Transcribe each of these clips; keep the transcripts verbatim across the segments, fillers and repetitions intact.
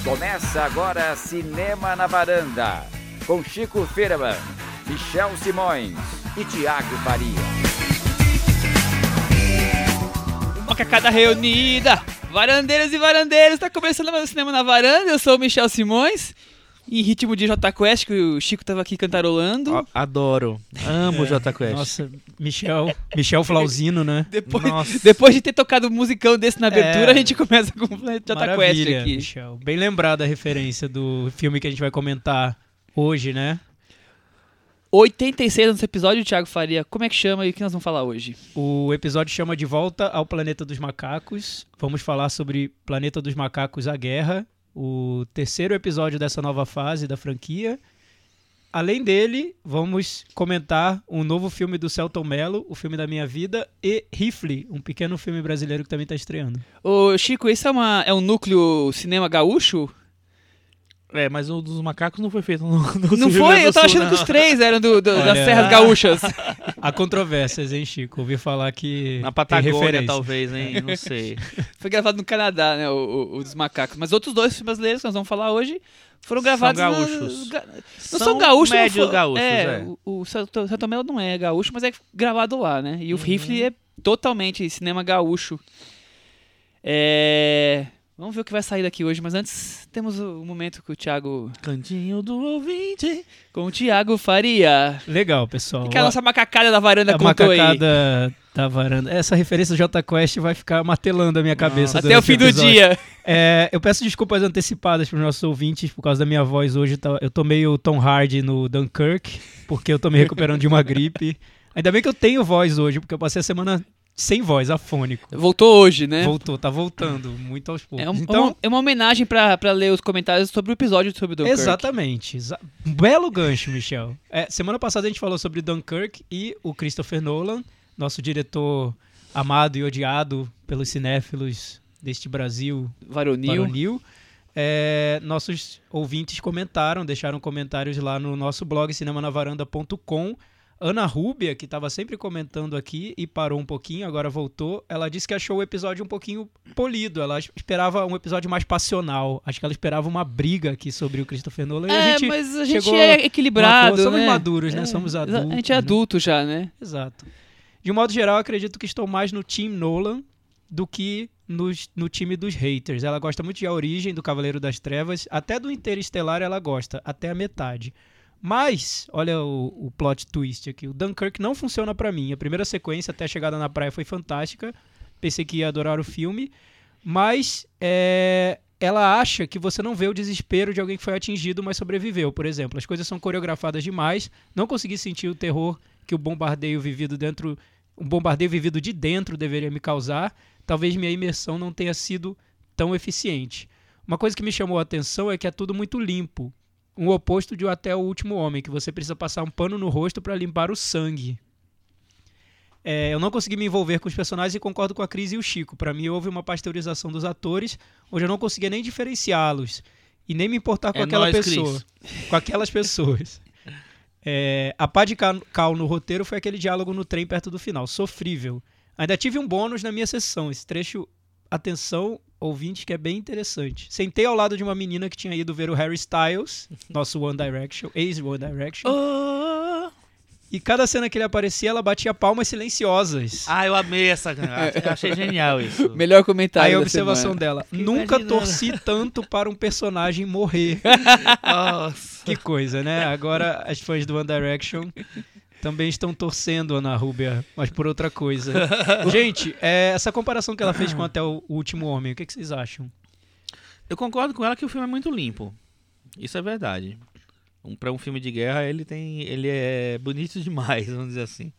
Começa agora Cinema na Varanda, com Chico Firman, Michel Simões e Thiago Faria. Uma cacada reunida, varandeiros e varandeiros, está começando mais o Cinema na Varanda, eu sou o Michel Simões, em ritmo de Jota Quest, que o Chico estava aqui cantarolando. Oh, adoro, amo o é, Jota Quest. Nossa, Michel, Michel Flauzino, né? Depois, Nossa. depois de ter tocado um musicão desse na abertura, É, a gente começa com o Jota Quest aqui. Michel. Bem lembrada a referência do filme que a gente vai comentar hoje, né? oitenta e seis nesse episódio, Thiago Faria. Como é que chama e o que nós vamos falar hoje? O episódio chama De Volta ao Planeta dos Macacos. Vamos falar sobre Planeta dos Macacos, a Guerra, o terceiro episódio dessa nova fase da franquia. Além dele, vamos comentar um novo filme do Selton Mello, O Filme da Minha Vida, e Rifle, um pequeno filme brasileiro que também está estreando. Ô, Chico, esse é, uma, é um núcleo cinema gaúcho? É, mas o dos macacos não foi feito no, no Não foi? Eu tava Sul, achando não. que os três eram do, do, Olha, das Serras Gaúchas. Há controvérsias, hein, Chico? Ouvi falar que Na tem Patagônia, referência. talvez, hein? Não sei. Foi gravado no Canadá, né? O, o, o dos macacos. Mas outros dois filmes brasileiros que nós vamos falar hoje foram gravados... São na- gaúchos. ga- Não são, São gaúchos. médio não for- gaúchos, é. é. O, o Santo Melo não é gaúcho, mas é gravado lá, né? E o Uhum. Rifle é totalmente cinema gaúcho. É... Vamos ver o que vai sair daqui hoje. Mas antes, temos o momento que o Thiago... Cantinho do ouvinte. Com o Thiago Faria. Legal, pessoal. O que a nossa macacada da varanda a contou aí. macacada da varanda. Essa referência do Jota Quest vai ficar martelando a minha cabeça. Até o durante fim do episódio. dia. É, eu peço desculpas antecipadas para os nossos ouvintes por causa da minha voz hoje. Tá- Eu tô meio Tom Hardy no Dunkirk, porque eu tô me recuperando de uma gripe. Ainda bem que eu tenho voz hoje, porque eu passei a semana sem voz, afônico. Voltou hoje, né? Voltou, tá voltando, muito aos poucos. É, um- então, uma, é uma homenagem pra, pra ler os comentários sobre o episódio sobre o Dunkirk. exatamente. Exa- um belo gancho, Michel. É, semana passada a gente falou sobre Dunkirk e o Christopher Nolan, nosso diretor amado e odiado pelos cinéfilos deste Brasil Varonil. varonil. É, nossos ouvintes comentaram, deixaram comentários lá no nosso blog cinema na varanda ponto com. Ana Rúbia, que estava sempre comentando aqui e parou um pouquinho, agora voltou, ela disse que achou o episódio um pouquinho polido, ela esperava um episódio mais passional, acho que ela esperava uma briga aqui sobre o Christopher Nolan. E a É, gente mas a gente chegou é numa equilibrado, coisa- somos né? maduros, né? É, Somos exa- adultos. A gente é né? adulto já, né? Exato. De um modo geral, acredito que estou mais no Team Nolan do que nos- no time dos haters. Ela gosta muito de A Origem, do Cavaleiro das Trevas, até do Interestelar ela gosta, até a metade. Mas, olha o, o plot twist aqui, o Dunkirk não funciona pra mim. A primeira sequência, até a chegada na praia, foi fantástica. Pensei que ia adorar o filme. Mas é, ela acha que você não vê o desespero de alguém que foi atingido, mas sobreviveu, por exemplo. As coisas são coreografadas demais. Não consegui sentir o terror que o bombardeio vivido dentro... Um bombardeio vivido de dentro deveria me causar. Talvez minha imersão não tenha sido tão eficiente. Uma coisa que me chamou a atenção é que é tudo muito limpo. Um oposto de Até o Último Homem, que você precisa passar um pano no rosto para limpar o sangue. É, eu não consegui me envolver com os personagens e concordo com a Cris e o Chico. Para mim, houve uma pasteurização dos atores, onde eu não conseguia nem diferenciá-los e nem me importar com É aquela nóis, pessoa. Cris. Com aquelas pessoas. É, a pá de ca- cal no roteiro foi aquele diálogo no trem perto do final. Sofrível. Ainda tive um bônus na minha sessão. Esse trecho, atenção, ouvintes, que é bem interessante. Sentei ao lado de uma menina que tinha ido ver o Harry Styles, nosso One Direction, ex-One Direction. Oh. E cada cena que ele aparecia, ela batia palmas silenciosas. Ah, eu amei essa. Achei genial isso. Melhor comentário Aí a da observação semana. dela. Fiquei Nunca imaginando. torci tanto para um personagem morrer. Nossa. Que coisa, né? Agora as fãs do One Direction também estão torcendo, Ana Rúbia, mas por outra coisa. Gente, é, essa comparação que ela fez com Até o Último Homem, o que, que vocês acham? Eu concordo com ela que o filme é muito limpo. Isso é verdade. Um, para um filme de guerra, ele tem, ele é bonito demais, vamos dizer assim.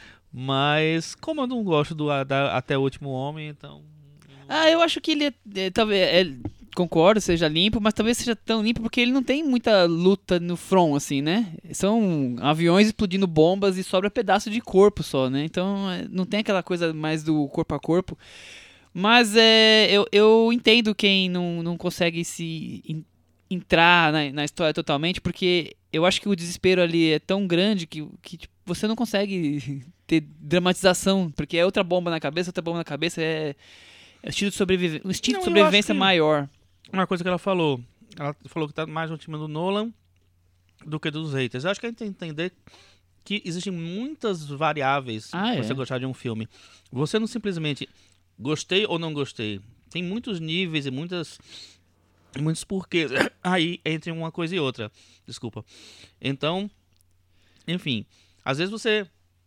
Mas como eu não gosto do da, Até o Último Homem, então... Ah, eu acho que ele é, é, talvez, é, concordo, seja limpo, mas talvez seja tão limpo porque ele não tem muita luta no front, assim, né? São aviões explodindo bombas e sobra pedaço de corpo só, né? Então é, não tem aquela coisa mais do corpo a corpo. Mas é, eu, eu entendo quem não, não consegue se in, entrar na, na história totalmente, porque eu acho que o desespero ali é tão grande que, que tipo, você não consegue ter dramatização, porque é outra bomba na cabeça, outra bomba na cabeça, é, é um instinto de, sobrevive, um instinto Não, de eu sobrevivência acho que- maior. Uma coisa que ela falou, ela falou que tá mais no time do Nolan do que dos haters. Eu acho que a gente tem que entender que existem muitas variáveis Ah, pra é? você gostar de um filme. Você não simplesmente gostei ou não gostei. Tem muitos níveis e muitas e muitos porquês aí entre uma coisa e outra. Desculpa. Então, enfim, às vezes você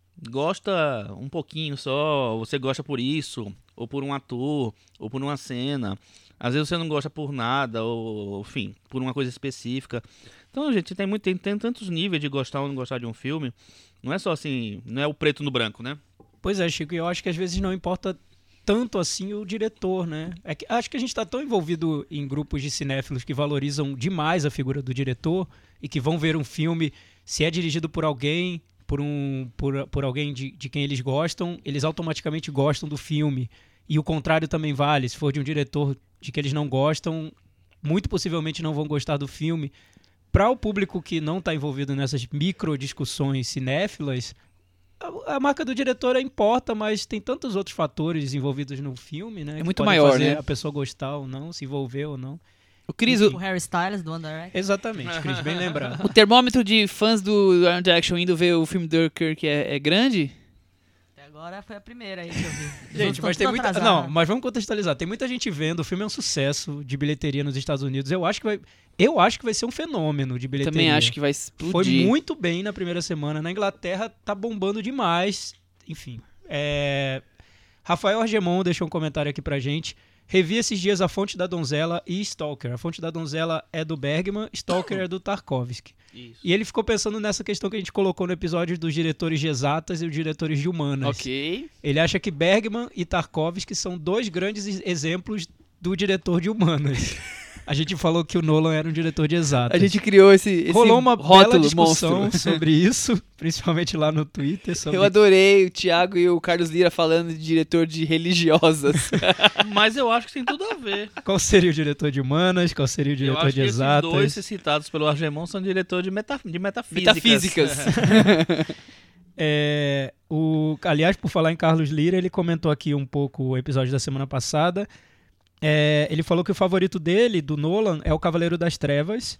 gosta um pouquinho só, você gosta por isso, ou por um ator, ou por uma cena. Às vezes você não gosta por nada, ou, enfim, por uma coisa específica. Então, gente, tem, muito, tem, tem tantos níveis de gostar ou não gostar de um filme. Não é só assim, não é o preto no branco, né? Pois é, Chico, e eu acho que às vezes não importa tanto assim o diretor, né? É que, acho que a gente está tão envolvido em grupos de cinéfilos que valorizam demais a figura do diretor e que vão ver um filme, se é dirigido por alguém, por, um, por, por alguém de, de quem eles gostam, eles automaticamente gostam do filme. E o contrário também vale, se for de um diretor de que eles não gostam, muito possivelmente não vão gostar do filme. Para o público que não está envolvido nessas micro discussões cinéfilas, a, a marca do diretor importa, mas tem tantos outros fatores envolvidos no filme, né? É que muito podem maior, fazer né? a pessoa gostar ou não, se envolver ou não. O Cris, O o, Harry Styles do One Direction. Exatamente, Cris, bem lembrado. o termômetro de fãs do One Direction indo ver o filme do Dunkirk é, é grande? Até agora foi a primeira aí que eu vi. Os Gente, outros mas tão tem muita. atrasados, Não, né? mas vamos contextualizar. Tem muita gente vendo. O filme é um sucesso de bilheteria nos Estados Unidos. Eu acho que vai. Eu acho que vai ser um fenômeno de bilheteria. Também acho que vai explodir. Foi muito bem na primeira semana. Na Inglaterra tá bombando demais. Enfim. É... Rafael Argemon deixou um comentário aqui pra gente. Revi esses dias A Fonte da Donzela e Stalker. A Fonte da Donzela é do Bergman, Stalker é do Tarkovsky. Isso. E ele ficou pensando nessa questão que a gente colocou no episódio dos diretores de exatas e os diretores de humanas. Ok. Ele acha que Bergman e Tarkovsky são dois grandes ex- exemplos do diretor de humanas. A gente falou que o Nolan era um diretor de exatas. A gente criou esse, esse Rolou uma rótulo bela discussão monstro. sobre isso, principalmente lá no Twitter. Sobre... Eu adorei o Thiago e o Carlos Lira falando de diretor de religiosas. Mas eu acho que tem tudo a ver. Qual seria o diretor de humanas, qual seria o Eu diretor acho de que esses exatas. dois citados pelo Argemon são diretores de, meta, de metafísicas. Metafísicas. É, o, aliás, por falar em Carlos Lira, ele comentou aqui um pouco o episódio da semana passada. É, ele falou que o favorito dele, do Nolan, é o Cavaleiro das Trevas,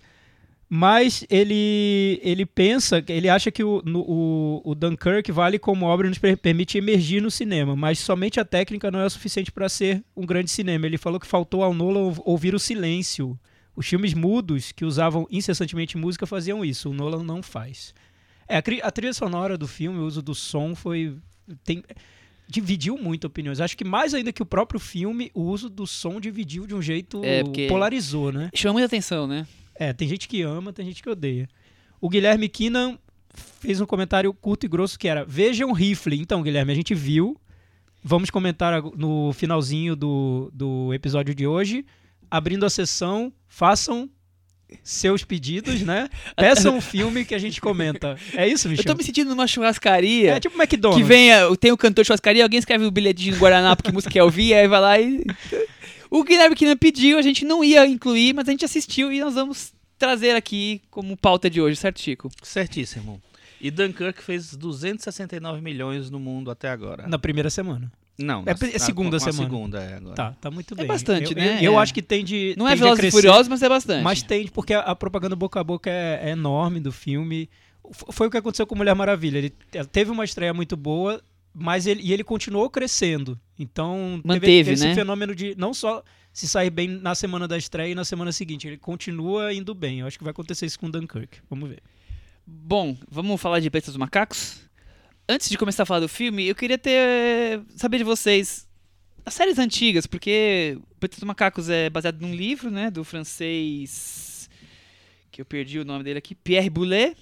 mas ele, ele pensa, ele acha que o, no, o, o Dunkirk vale como obra e nos per- permite emergir no cinema, mas somente a técnica não é o suficiente para ser um grande cinema. Ele falou que faltou ao Nolan ouv- ouvir o silêncio. Os filmes mudos, que usavam incessantemente música, faziam isso. O Nolan não faz. É, a, cri- a trilha sonora do filme, o uso do som, foi... Tem, dividiu muito opiniões. Acho que mais ainda que o próprio filme, o uso do som dividiu de um jeito... É, porque- polarizou, né? Chama muita atenção, né? É, tem gente que ama, tem gente que odeia. O Guilherme Keenan fez um comentário curto e grosso que era: vejam Rifle. Então, Guilherme, a gente viu. Vamos comentar ag- no finalzinho do, do episódio de hoje. Abrindo a sessão, façam seus pedidos, né? Peçam um filme que a gente comenta. É isso, Eu Michel? tô me sentindo numa churrascaria. É tipo McDonald's. Que vem, a- tem o cantor de churrascaria, alguém escreve o bilhetinho no Guaraná porque música quer ouvir, aí vai lá e... O Guilherme que não pediu, a gente não ia incluir, mas a gente assistiu e nós vamos trazer aqui como pauta de hoje, certo, Chico? Certíssimo. E Dunkirk fez duzentos e sessenta e nove milhões no mundo até agora. Na primeira semana. Não, É na- é segunda com a semana. segunda é agora. Tá, tá muito É bem. bastante, eu, né? Eu, eu É. acho que tem de. Não é tende a Velozes e crescer. Furiosos, mas é bastante. Mas tem, porque a, a propaganda boca a boca é, é enorme do filme. F- Foi o que aconteceu com Mulher Maravilha. Ele te- teve uma estreia muito boa, mas ele, e ele continuou crescendo. Então, teve- Manteve, teve esse né? fenômeno de não só se sair bem na semana da estreia e na semana seguinte. Ele continua indo bem. Eu acho que vai acontecer isso com Dunkirk. Vamos ver. Bom, vamos falar de Planeta dos Macacos? Antes de começar a falar do filme, eu queria ter saber de vocês as séries antigas, porque Planeta dos Macacos é baseado num livro, né, do francês, que eu perdi o nome dele aqui, Pierre Boulet.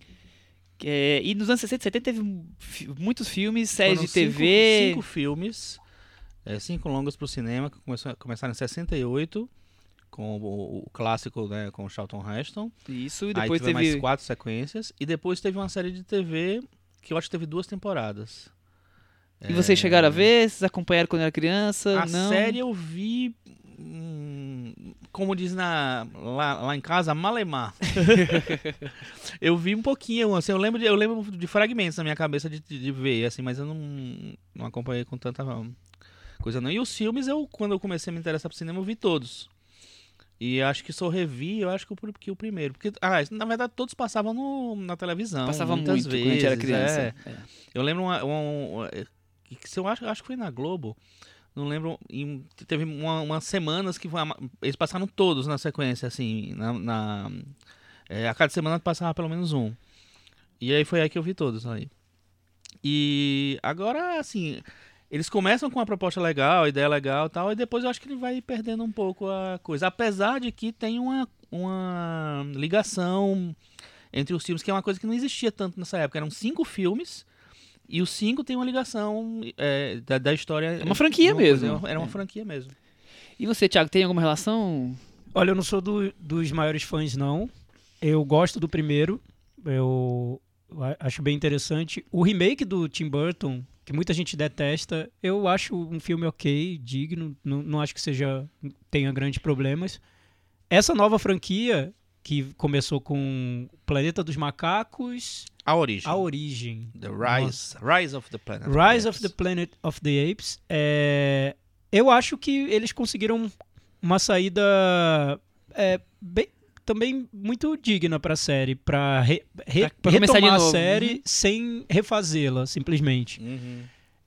Que é- e nos anos sessenta e setenta teve fi- muitos filmes, séries Foram de T V. Cinco, cinco filmes, é, cinco longas pro cinema, que começou, começaram em sessenta e oito, com o, o clássico, né, com o Charlton Heston. Isso, e Aí depois teve, teve. mais quatro sequências. E depois teve uma série de T V, que eu acho que teve duas temporadas. E vocês chegaram a ver? Vocês acompanharam quando era criança? A Não? série eu vi, hum, como diz na, lá, lá em casa, malemar. Eu vi um pouquinho, assim, eu lembro de, eu lembro de fragmentos na minha cabeça de, de, de ver, assim, mas eu não, não acompanhei com tanta coisa não. E os filmes, eu, quando eu comecei a me interessar por cinema, eu vi todos. E acho que só revi, eu acho que o, pr- que o primeiro. Porque, ah, na verdade, todos passavam no, na televisão. Passava muitas muito vezes, quando a gente era criança. é. É. Eu lembro uma, uma, uma- que se eu acho, acho que foi na Globo. Não lembro. em- teve uma, umas semanas que foi uma- eles passaram todos na sequência, assim. Na, na- é, a cada semana passava pelo menos um. E aí foi aí que eu vi todos aí. E agora, assim, eles começam com uma proposta legal, ideia legal e tal, e depois eu acho que ele vai perdendo um pouco a coisa. Apesar de que tem uma, uma ligação entre os filmes, que é uma coisa que não existia tanto nessa época. Eram cinco filmes, e os cinco têm uma ligação é, da, da história. É uma franquia uma coisa, mesmo. era uma- Era uma É. franquia mesmo. E você, Thiago, tem alguma relação? Olha, eu não sou do- dos maiores fãs, não. Eu gosto do primeiro. Eu a- acho bem interessante. O remake do Tim Burton, que muita gente detesta, eu acho um filme ok, digno. Não, não acho que seja tenha grandes problemas. Essa nova franquia, que começou com Planeta dos Macacos, A origem. A Origem. The Rise. Rise of the Planet. Rise of the Planet of the Apes. É, eu acho que eles conseguiram uma saída é, bem- também muito digna para a série, para re, re, Pra- pra começar de retomar a novo. série Uhum. sem refazê-la, simplesmente. Uhum.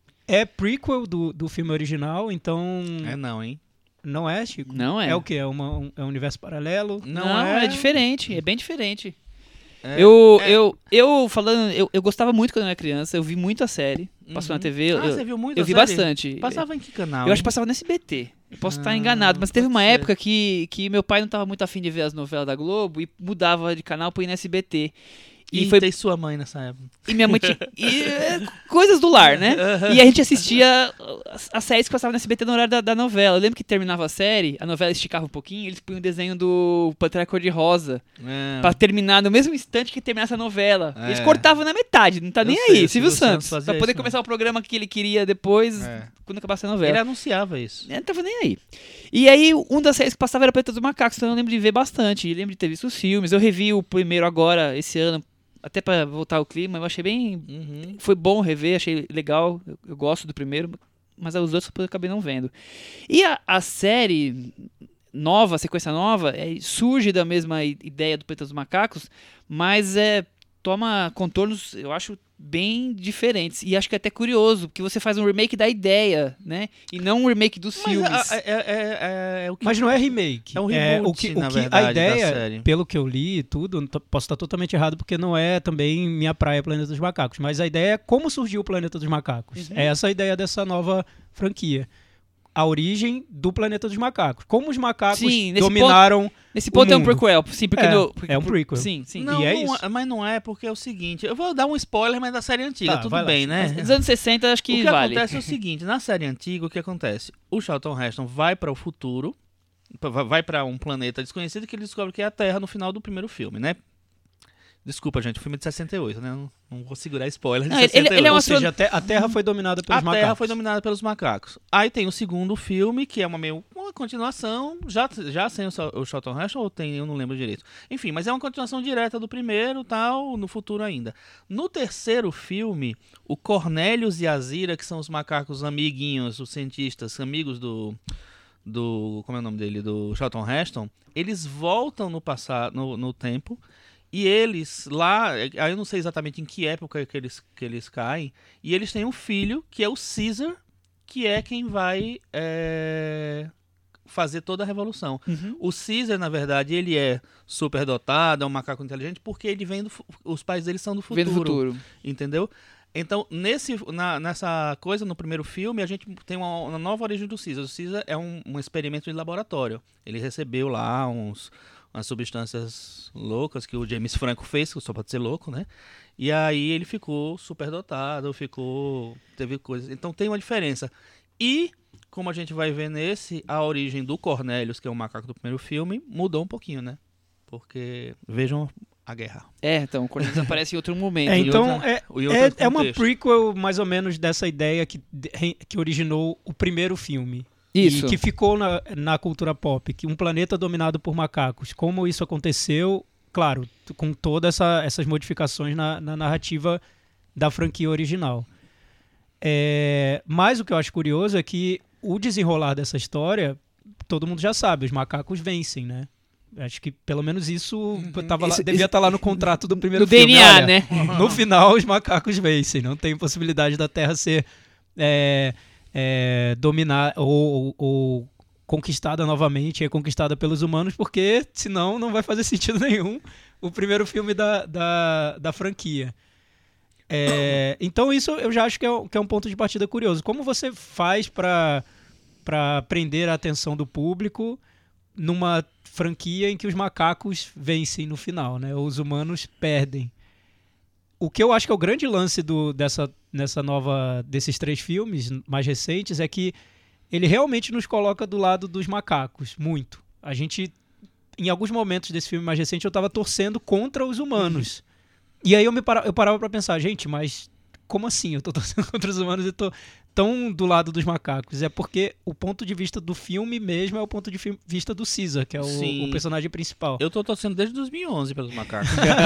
É prequel do, do filme original, então É não, hein? não é, Chico? Não é. É o quê? É, uma, um, é um universo paralelo? Não, é... diferente, é bem diferente. É- eu, é- eu, eu falando, eu, eu gostava muito quando eu era criança, eu vi muito a série, passou Uhum. na T V, eu, Ah, você viu muito eu a vi série? bastante. Passava em que canal? Eu acho hein? que passava no S B T. Eu posso estar Ah, enganado, mas teve pode uma ser. época que, que meu pai não estava muito afim de ver as novelas da Globo e mudava de canal para ir no S B T. E, E foi, tem sua mãe nessa época. e minha mãe tinha. E, é, coisas do lar, né? E a gente assistia as, as séries que passavam no S B T no horário da, da novela. Eu lembro que terminava a série, a novela esticava um pouquinho, eles punham o desenho do Pantera Cor-de-Rosa É. pra terminar no mesmo instante que terminasse a novela. É. Eles cortavam na metade, não tá Eu nem sei, aí, o Silvio Silvio Santos Santos. fazia Pra poder isso começar o programa que ele queria depois, É. quando acabasse a novela. Ele anunciava isso. Eu não tava nem aí. E aí, um das séries que passava era Planeta dos Macacos, então eu lembro de ver bastante. Eu lembro de ter visto os filmes. Eu revi o primeiro agora, esse ano, até pra voltar ao clima. Eu achei bem. Uhum. Foi bom rever, achei legal. Eu, eu gosto do primeiro, mas os outros eu acabei não vendo. E a, a série nova, a sequência nova, é, surge da mesma i- ideia do Planeta dos Macacos, mas é, toma contornos, eu acho, bem diferentes. E acho que é até curioso, porque você faz um remake da ideia, né? E não um remake dos Mas filmes. é, é, é, é, é o que Mas não é remake. É um o reboot, que, o na que verdade, a da ideia, série. pelo que eu li e tudo, não tô- posso estar totalmente errado porque não é também minha praia Planeta dos Macacos, mas a ideia é como surgiu o Planeta dos Macacos. Uhum. É essa a ideia dessa nova franquia. A origem do Planeta dos Macacos. Como os macacos Sim, nesse dominaram... Nesse ponto é um mundo. prequel, sim, porque É, no, porque- é um prequel. Sim, sim. Não, E é não isso. é- mas não é, porque é o seguinte, eu vou dar um spoiler, mas da série antiga, Tá, tudo vai lá, bem, né? Dos anos sessenta, acho que, o que vale. acontece é o seguinte, na série antiga, o que acontece? O Charlton Heston vai para o futuro, pa- vai para um planeta desconhecido que ele descobre que é a Terra no final do primeiro filme, né? Desculpa, gente, o filme é de sessenta e oito, né? Não, não vou segurar spoiler de Não, ele- sessenta e oito. ele é um Ou astro- seja, a, te- a Terra foi dominada pelos A macacos. Terra foi dominada pelos macacos. Aí tem o segundo filme, que é uma meio uma continuação, já, já sem o, Sa- o Charlton Heston, ou tem, eu não lembro direito. Enfim, mas é uma continuação direta do primeiro, tal, no futuro ainda. No terceiro filme, o Cornelius e a Zira, que são os macacos amiguinhos, os cientistas, amigos do... do como é o nome dele? Do Charlton Heston, eles voltam no passado, no, no tempo, e eles lá, aí eu não sei exatamente em que época que eles, que eles caem, e eles têm um filho, que é o Caesar, que é quem vai é, fazer toda a revolução. Uhum. O Caesar, na verdade, ele é superdotado, é um macaco inteligente, porque ele vem do, fu- os pais dele são do futuro, Vem do futuro. entendeu? Então, nesse, na- nessa coisa, no primeiro filme, a gente tem uma, uma nova origem do Caesar. O Caesar é um, um experimento de laboratório. Ele recebeu lá uns, umas substâncias loucas que o James Franco fez, que só pode ser louco, né? E aí ele ficou superdotado, ficou... teve coisas... Então tem uma diferença. E, como a gente vai ver nesse, a origem do Cornelius, que é o macaco do primeiro filme, mudou um pouquinho, né? Porque, vejam a guerra. É, então, o Cornelius aparece em outro momento. É, Em então, outra- é, em outro é, é uma contexto. prequel, mais ou menos, dessa ideia que, de- que originou o primeiro filme. Isso. E que ficou na, na cultura pop, que um planeta dominado por macacos. Como isso aconteceu, claro, t- com todas essa, essas modificações na, na narrativa da franquia original. É, mas o que eu acho curioso é que o desenrolar dessa história todo mundo já sabe, os macacos vencem, né? Acho que pelo menos isso tava lá, Esse- devia estar lá no contrato do primeiro No filme. D N A, olha, né? No final, os macacos vencem. Não tem possibilidade da Terra ser é, é, dominada ou, ou- ou conquistada novamente, reconquistada pelos humanos, porque senão não vai fazer sentido nenhum o primeiro filme da, da, da franquia. É, então isso eu já acho que é, um- que é um ponto de partida curioso. Como você faz para para prender a atenção do público numa franquia em que os macacos vencem no final, né? Ou os humanos perdem. O que eu acho que é o grande lance do, dessa, nessa nova, desses três filmes mais recentes é que ele realmente nos coloca do lado dos macacos, muito. A gente, em alguns momentos desse filme mais recente, eu estava torcendo contra os humanos. E aí eu, me para, eu parava para pensar, gente, mas como assim? Eu tô torcendo contra os humanos e tô tão do lado dos macacos. É porque o ponto de vista do filme mesmo é o ponto de fi- vista do Caesar, que é o, Sim. o personagem principal. Eu tô torcendo desde dois mil e onze pelos macacos.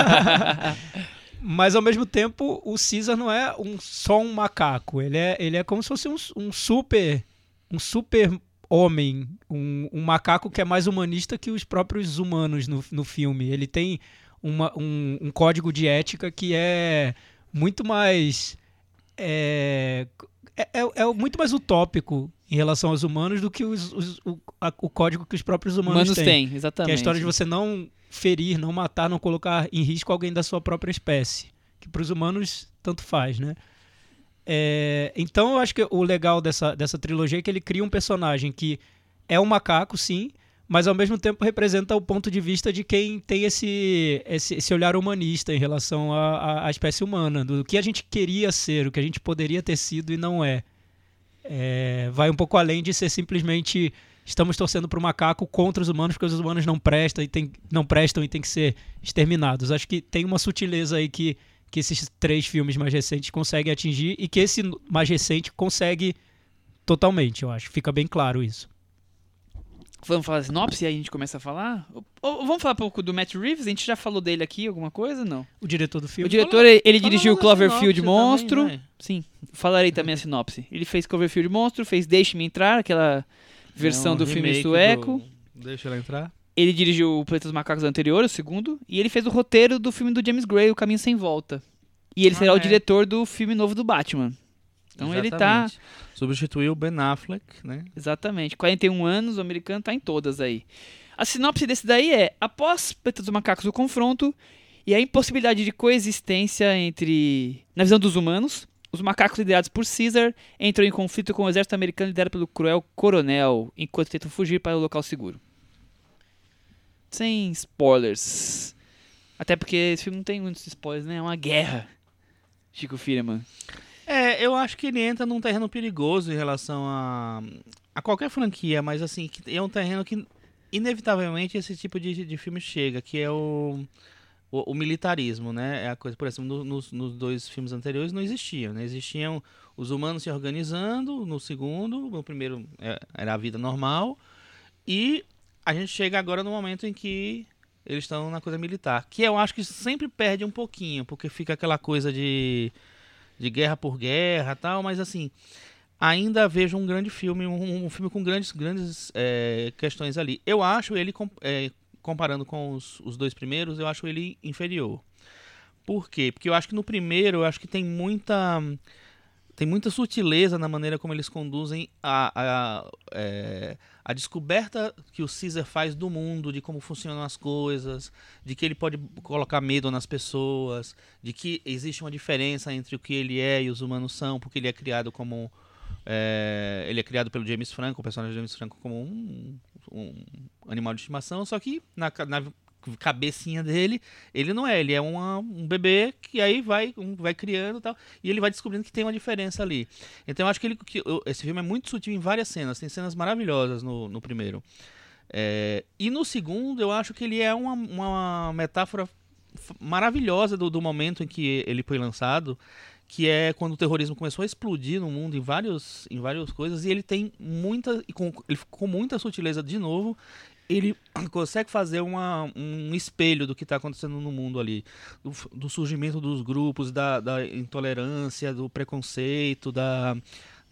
Mas ao mesmo tempo, o Caesar não é um, só um macaco. Ele é, ele é como se fosse um, um super um super homem, um, um macaco que é mais humanista que os próprios humanos no, no filme. Ele tem uma, um, um código de ética que é muito mais é, é, é- é muito mais utópico em relação aos humanos do que os- os- o, a- o código que os próprios humanos, Humanos têm. têm, exatamente. Que é a história de você não ferir, não matar, não colocar em risco alguém da sua própria espécie. Que para os humanos, tanto faz, né? É, então eu acho que o legal dessa, dessa trilogia é que ele cria um personagem que é um macaco, sim, mas ao mesmo tempo representa o ponto de vista de quem tem esse, esse, esse olhar humanista em relação à, à- à espécie humana, do que a gente queria ser, o que a gente poderia ter sido e não é. É, vai um pouco além de ser simplesmente estamos torcendo para o macaco contra os humanos porque os humanos não prestam e tem, não prestam e têm que ser exterminados. Acho que tem uma sutileza aí que, que esses três filmes mais recentes conseguem atingir e que esse mais recente consegue totalmente, eu acho. Fica bem claro isso. Vamos falar sinopse e aí a gente começa a falar? Ou, ou vamos falar um pouco do Matt Reeves? A gente já falou dele aqui, alguma coisa? Não. O diretor do filme... O diretor, ele, ele Fala dirigiu logo a Cloverfield sinopse Monstro. também, vai. Sim, falarei também a sinopse. Ele fez Cloverfield Monstro, fez Deixe-me Entrar, aquela versão É um do filme remake sueco. do- Deixa ela entrar. Ele dirigiu o Planeta dos Macacos anterior, o segundo. E ele fez o roteiro do filme do James Gray, O Caminho Sem Volta. E ele Ah, será o é. diretor do filme novo do Batman. Então ele tá... Exatamente. Substituiu o Ben Affleck, né? Exatamente. quarenta e um anos, o americano tá em todas aí. A sinopse desse daí é: após Planeta dos Macacos o confronto e a impossibilidade de coexistência entre, na visão dos humanos, os macacos liderados por Caesar entram em conflito com o exército americano liderado pelo cruel coronel, enquanto tentam fugir para o local seguro. Sem spoilers. Até porque esse filme não tem muitos spoilers, né? É uma guerra. Chico Firman. É, eu acho que ele entra num terreno perigoso em relação a, a qualquer franquia, mas assim, que é um terreno que inevitavelmente esse tipo de, de filme chega, que é o, o, o militarismo, né? É a coisa, por exemplo, no- nos, nos dois filmes anteriores não existiam, né? Existiam os humanos se organizando no segundo, no primeiro é, era a vida normal, e a gente chega agora no momento em que eles estão na coisa militar, que eu acho que sempre perde um pouquinho, porque fica aquela coisa de de guerra por guerra e tal, mas assim, ainda vejo um grande filme, um, um filme com grandes, grandes é, questões ali. Eu acho ele, com- é, comparando com os, os dois primeiros, eu acho ele inferior. Por quê? Porque eu acho que no primeiro, eu acho que tem muita tem muita sutileza na maneira como eles conduzem a, a, é, a descoberta que o Caesar faz do mundo, de como funcionam as coisas, de que ele pode colocar medo nas pessoas, de que existe uma diferença entre o que ele é e os humanos são, porque ele é criado como... é, ele é criado pelo James Franco, o personagem James Franco, como um, um animal de estimação, só que na, ca- na cabecinha dele, ele não é, ele é uma- um bebê que aí vai, um- vai criando e tal, e ele vai descobrindo que tem uma diferença ali. Então eu acho que, ele, que o- esse filme é muito sutil em várias cenas, tem cenas maravilhosas no, no primeiro. É, e no segundo, eu acho que ele é uma, uma metáfora f- maravilhosa do, do momento em que ele foi lançado, que é quando o terrorismo começou a explodir no mundo em, vários, em várias coisas, e ele tem muita, e com, ele, com muita sutileza de novo, ele consegue fazer uma, um espelho do que está acontecendo no mundo ali, do, do surgimento dos grupos, da, da intolerância, do preconceito, da,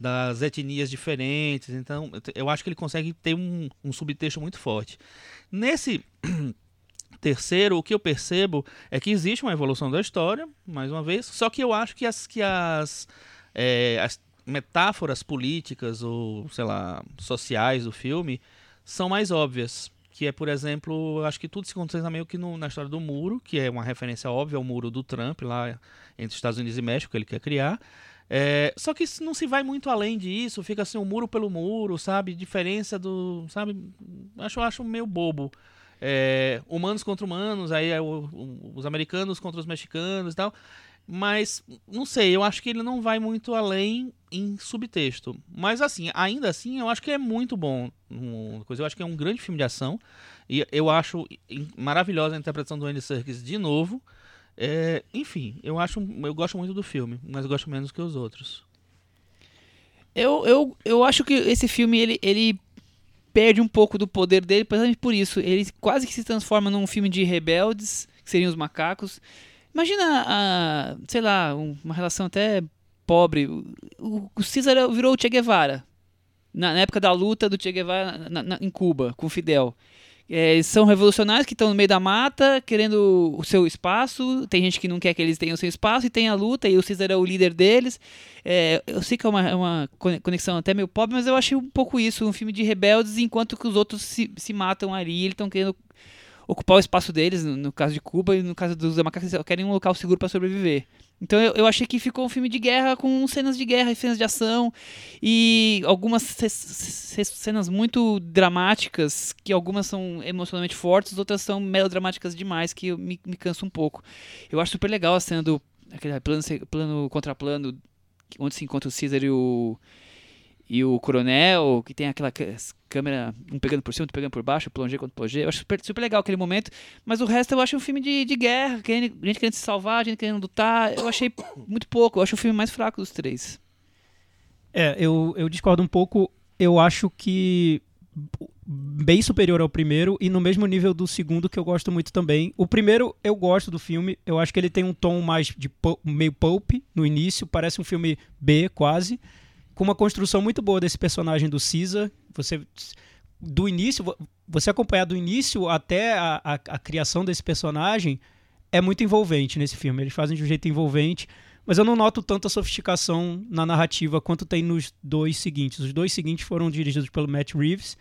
das etnias diferentes. Então, eu acho que ele consegue ter um, um subtexto muito forte. Nesse terceiro, o que eu percebo é que existe uma evolução da história, mais uma vez, só que eu acho que as, que as, é, as metáforas políticas ou, sei lá, sociais do filme são mais óbvias. Que é, por exemplo, eu acho que tudo se concentra meio que no, na história do muro, que é uma referência óbvia ao muro do Trump, lá entre os Estados Unidos e México, que ele quer criar. É, só que não se vai muito além disso, fica assim, um muro pelo muro, sabe? Diferença do, sabe? Acho, acho meio bobo. É, humanos contra humanos, aí é o, o, os americanos contra os mexicanos e tal. Mas, não sei, eu acho que ele não vai muito além em subtexto. Mas, assim, ainda assim, eu acho que é muito bom. Uma coisa, eu acho que é um grande filme de ação. E eu acho maravilhosa a interpretação do Andy Serkis de novo. É, enfim, eu, acho, eu gosto muito do filme, mas eu gosto menos que os outros. Eu, eu, eu acho que esse filme, ele... ele... perde um pouco do poder dele, precisamente por isso. Ele quase que se transforma num filme de rebeldes, que seriam os macacos. Imagina, a, sei lá, um, uma relação até pobre. O, o César virou o Che Guevara, na, na época da luta do Che Guevara na, na, em Cuba, com Fidel. É, são revolucionários que estão no meio da mata, querendo o seu espaço. Tem gente que não quer que eles tenham o seu espaço, e tem a luta, e o César é o líder deles. É, eu sei que é uma, é uma conexão até meio pobre, mas eu achei um pouco isso, um filme de rebeldes, enquanto que os outros se, se matam ali, eles estão querendo ocupar o espaço deles, no, no caso de Cuba, e no caso dos macacos, eles querem um local seguro para sobreviver. Então eu, eu achei que ficou um filme de guerra com cenas de guerra e cenas de ação e algumas ce- ce- cenas muito dramáticas, que algumas são emocionalmente fortes, outras são melodramáticas demais, que eu me, me canso um pouco. Eu acho super legal a cena do aquele plano, plano contra plano, onde se encontra o César e o, e o coronel, que tem aquela câmera, um pegando por cima, outro pegando por baixo, plongé contra plongé. Eu acho super, super legal aquele momento, mas o resto eu acho um filme de, de guerra, querendo, gente querendo se salvar, gente querendo lutar. Eu achei muito pouco, eu acho o filme mais fraco dos três. É, eu, eu discordo um pouco. Eu acho que bem superior ao primeiro e no mesmo nível do segundo, que eu gosto muito também. O primeiro eu gosto do filme, eu acho que ele tem um tom mais de pulp, meio pulp no início, parece um filme B quase, com uma construção muito boa desse personagem do César. Você, do início, você acompanhar do início até a, a, a criação desse personagem é muito envolvente nesse filme. Eles fazem de um jeito envolvente, mas eu não noto tanta sofisticação na narrativa quanto tem nos dois seguintes. Os dois seguintes foram dirigidos pelo Matt Reeves,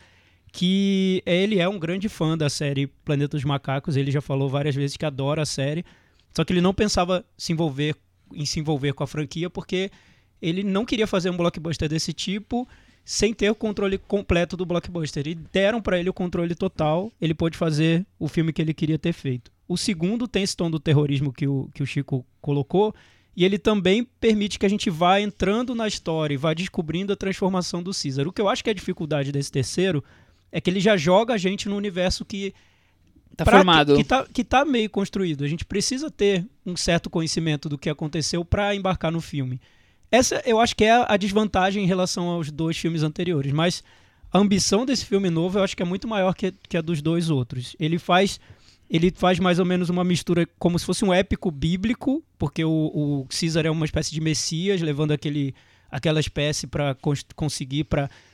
que ele é um grande fã da série Planeta dos Macacos. Ele já falou várias vezes que adora a série, só que ele não pensava se envolver, em se envolver com a franquia, porque ele não queria fazer um blockbuster desse tipo sem ter o controle completo do blockbuster. E deram para ele o controle total, ele pôde fazer o filme que ele queria ter feito. O segundo tem esse tom do terrorismo que o, que o Chico colocou, e ele também permite que a gente vá entrando na história e vá descobrindo a transformação do César. O que eu acho que é a dificuldade desse terceiro é que ele já joga a gente no universo que tá formado, que, que, tá, que tá meio construído. A gente precisa ter um certo conhecimento do que aconteceu para embarcar no filme. Essa eu acho que é a desvantagem em relação aos dois filmes anteriores, mas a ambição desse filme novo eu acho que é muito maior que, que a dos dois outros. Ele faz, ele faz mais ou menos uma mistura como se fosse um épico bíblico, porque o, o César é uma espécie de Messias, levando aquele, aquela espécie para cons- conseguir,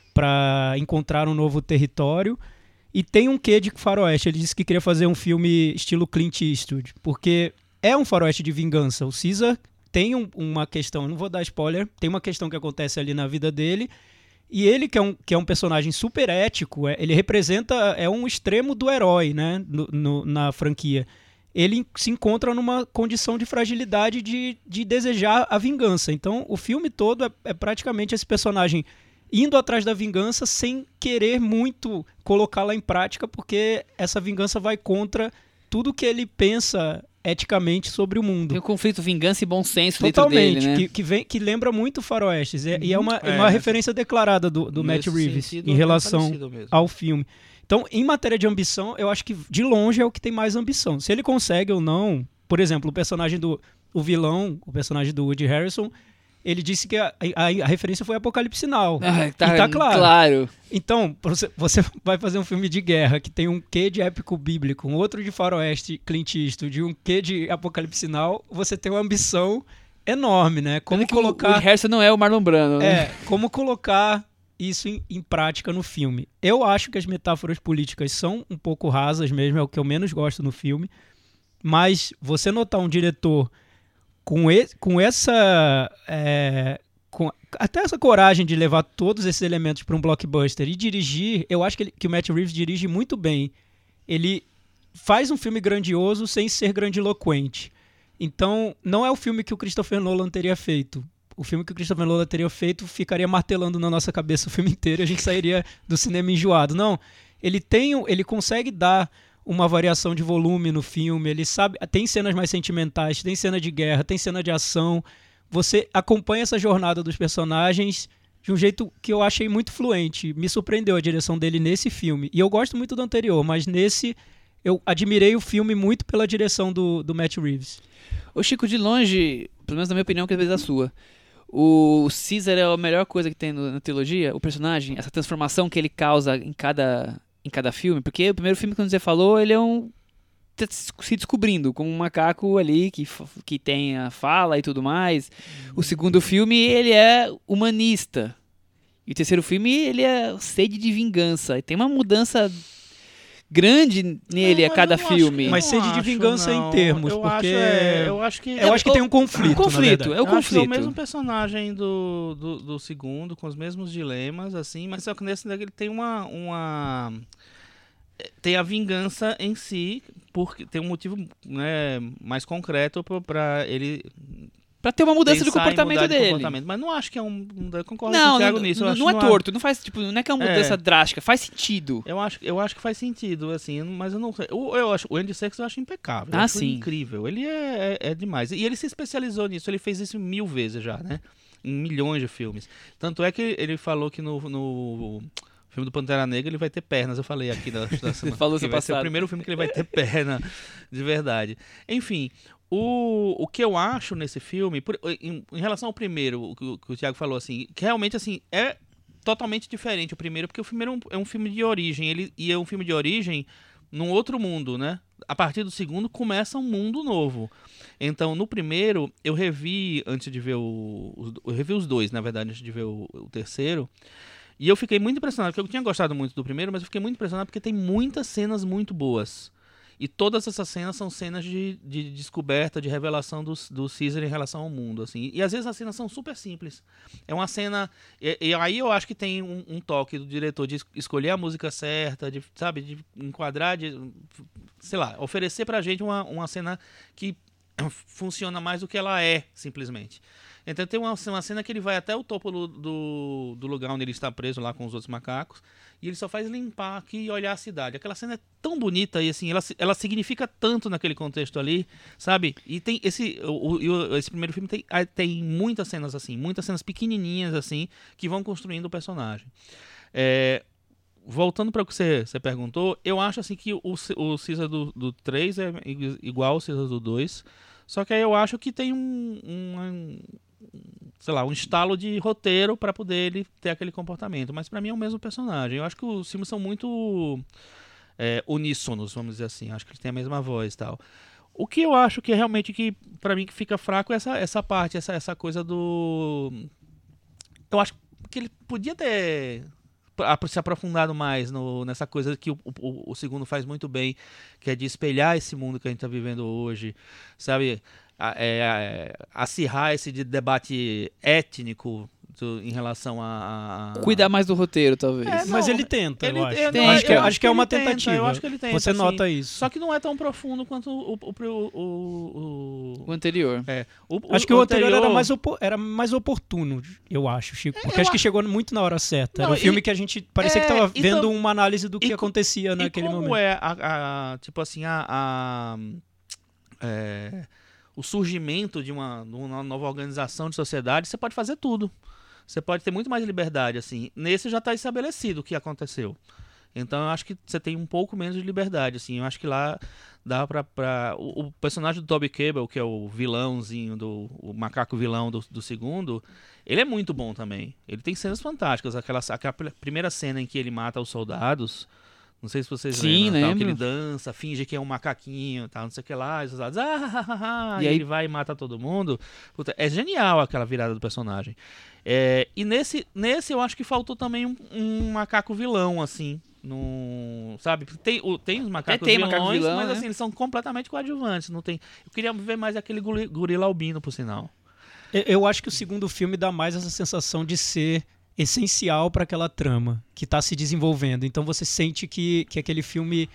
para encontrar um novo território. E tem um quê de faroeste. Ele disse que queria fazer um filme estilo Clint Eastwood, porque é um faroeste de vingança. O César tem um, uma questão, não vou dar spoiler, tem uma questão que acontece ali na vida dele, e ele, que é um, que é um personagem super ético, é, ele representa, é um extremo do herói, né, no, no, na franquia. Ele se encontra numa condição de fragilidade de, de desejar a vingança. Então, o filme todo é, é praticamente esse personagem indo atrás da vingança sem querer muito colocá-la em prática, porque essa vingança vai contra tudo que ele pensa eticamente sobre o mundo. Tem o conflito vingança e bom senso Totalmente, dentro dele, né? que, que, vem, que lembra muito Faroestes. É, e é uma, É, uma referência declarada do, do Matt Reeves em relação ao filme. Então, em matéria de ambição, eu acho que de longe é o que tem mais ambição. Se ele consegue ou não, por exemplo, o personagem do o vilão, o personagem do Woody Harrelson, ele disse que a, a, a referência foi Apocalipse Now. Ah, tá, e tá claro. claro. Então, você, você vai fazer um filme de guerra que tem um quê de épico bíblico, um outro de faroeste Clint Eastwood, um quê de Apocalipse Now, você tem uma ambição enorme, né? Como Como que colocar... o, o Harrison não é o Marlon Brando, né? É, como colocar isso em, em prática no filme. Eu acho que as metáforas políticas são um pouco rasas mesmo, é o que eu menos gosto no filme, mas você notar um diretor com, e, com essa... É, com, até essa coragem de levar todos esses elementos para um blockbuster e dirigir, eu acho que, ele, que o Matt Reeves dirige muito bem. Ele faz um filme grandioso sem ser grandiloquente. Então, não é o filme que o Christopher Nolan teria feito. O filme que o Christopher Nolan teria feito ficaria martelando na nossa cabeça o filme inteiro e a gente sairia do cinema enjoado. Não, ele tem, ele consegue dar uma variação de volume no filme, ele sabe, tem cenas mais sentimentais, tem cena de guerra, tem cena de ação. Você acompanha essa jornada dos personagens de um jeito que eu achei muito fluente. Me surpreendeu a direção dele nesse filme. E eu gosto muito do anterior, mas nesse eu admirei o filme muito pela direção do, do Matt Reeves. O Chico, de longe, pelo menos na minha opinião, que às vezes é a sua, o Caesar é a melhor coisa que tem no, na trilogia, o personagem, essa transformação que ele causa em cada, em cada filme, porque o primeiro filme, quando você falou, ele é um tá se descobrindo como um macaco ali que, que tem a fala e tudo mais. O segundo filme, ele é humanista. E o terceiro filme, ele é sede de vingança. E tem uma mudança grande nele Não, a cada mas eu não filme. acho- Mas eu sede não de acho, vingança não. em termos, eu porque... Acho, é, eu acho que... Eu acho que tem um conflito, um conflito, na é o Eu acho que é o conflito. mesmo personagem do, do, do segundo, com os mesmos dilemas, assim, mas só que nesse daqui ele tem uma, uma... Tem a vingança em si, porque tem um motivo, né, mais concreto pra, pra ele... Pra ter uma mudança de pensar em comportamento mudar de dele. comportamento. Mas não acho que é um... um- Eu concordo com Não, o Thiago não, nisso. eu não, acho não é que torto, não faz, tipo, não é que é uma mudança É. drástica, faz sentido. Eu acho, eu acho que faz sentido, assim, mas eu não sei. Eu, eu acho, o Andy Serkis eu acho impecável. Eu Ah, acho ele sim. incrível. Ele é, é, é demais. E ele se especializou nisso, ele fez isso mil vezes já, né? Em milhões de filmes. Tanto é que ele falou que no, no filme do Pantera Negra ele vai ter pernas. Eu falei aqui da, da semana. Falou que semana vai ser o passada. primeiro filme que ele vai ter perna, de verdade. Enfim, o, o que eu acho nesse filme, por- em, em relação ao primeiro, o que, o que o Thiago falou, assim, que realmente, assim, é totalmente diferente o primeiro, porque o primeiro é um, é um filme de origem, ele, e é um filme de origem num outro mundo, né? A partir do segundo começa um mundo novo. Então, no primeiro, eu revi, antes de ver o... os- Eu revi os dois, na verdade, antes de ver o, o terceiro, e eu fiquei muito impressionado, porque eu tinha gostado muito do primeiro, mas eu fiquei muito impressionado porque tem muitas cenas muito boas. E todas essas cenas são cenas de, de descoberta, de revelação do, do Caesar em relação ao mundo, assim. E às vezes as cenas são super simples. É uma cena... E, e aí eu acho que tem um, um toque do diretor de es- escolher a música certa, de, sabe, de enquadrar, de, sei lá, oferecer pra gente uma, uma cena que funciona mais do que ela é, simplesmente. Então tem uma, uma cena que ele vai até o topo do, do, do lugar onde ele está preso lá com os outros macacos, e ele só faz limpar aqui e olhar a cidade. Aquela cena é tão bonita e assim, ela, ela significa tanto naquele contexto ali, sabe? E tem esse, o, o, esse primeiro filme tem, tem muitas cenas assim, muitas cenas pequenininhas assim, que vão construindo o personagem. É, voltando para o que você, você perguntou, eu acho assim que o, o Caesar do, do três é igual ao Caesar do dois, só que aí eu acho que tem um, um, sei lá, um estalo de roteiro para poder ele ter aquele comportamento. Mas para mim é o mesmo personagem. Eu acho que os filmes são muito é, uníssonos, vamos dizer assim. Eu acho que eles têm a mesma voz e tal. O que eu acho que é realmente que para mim que fica fraco é essa, essa parte, essa, essa coisa do... Eu acho que ele podia ter se aprofundado mais no, nessa coisa que o, o, o segundo faz muito bem, que é de espelhar esse mundo que a gente está vivendo hoje, sabe? A, é, acirrar esse de debate étnico do, em relação a, a... Cuidar mais do roteiro, talvez. É, Mas não, ele tenta, ele- eu acho. eu- não, acho que, eu acho que é uma ele tenta, tentativa. eu acho que ele tenta, Você assim. nota isso. Só que não é tão profundo quanto o... o, o, o, O anterior. é, o, Acho que o anterior era mais, opo- era mais oportuno, eu acho, Chico. Porque eu acho que acho- chegou muito na hora certa. Era Não, um filme e- que a gente parecia é, que estava e vendo tam- uma análise do que e co- acontecia E naquele como momento. é, a, a- tipo assim, a, a- é, o surgimento de uma, de uma nova organização de sociedade, você pode fazer tudo. Você pode ter muito mais liberdade, assim. Nesse já está estabelecido o que aconteceu. Então eu acho que você tem um pouco menos de liberdade, assim. Eu acho que lá dá pra... pra... O, o personagem do Toby Kebbell, que é o vilãozinho, do, o macaco vilão do, do segundo, ele é muito bom também. Ele tem cenas fantásticas. Aquela, aquela primeira cena em que ele mata os soldados Não sei se vocês Sim, lembram. Tal, que lembro. ele dança, finge que é um macaquinho, tal, não sei o que lá. E os soldados, ah, E e aí- ele vai e mata todo mundo. Puta, é genial aquela virada do personagem. É, e nesse, nesse eu acho que faltou também um, um macaco vilão, assim. No, sabe? Tem, o- tem os macacos tem vilões, macaco vilão, mas né? assim, eles são completamente coadjuvantes. Não tem, eu queria ver mais aquele guri- gorila albino, por sinal. Eu- Eu acho que o segundo filme dá mais essa sensação de ser essencial para aquela trama que está se desenvolvendo. Então você sente que, que aquele filme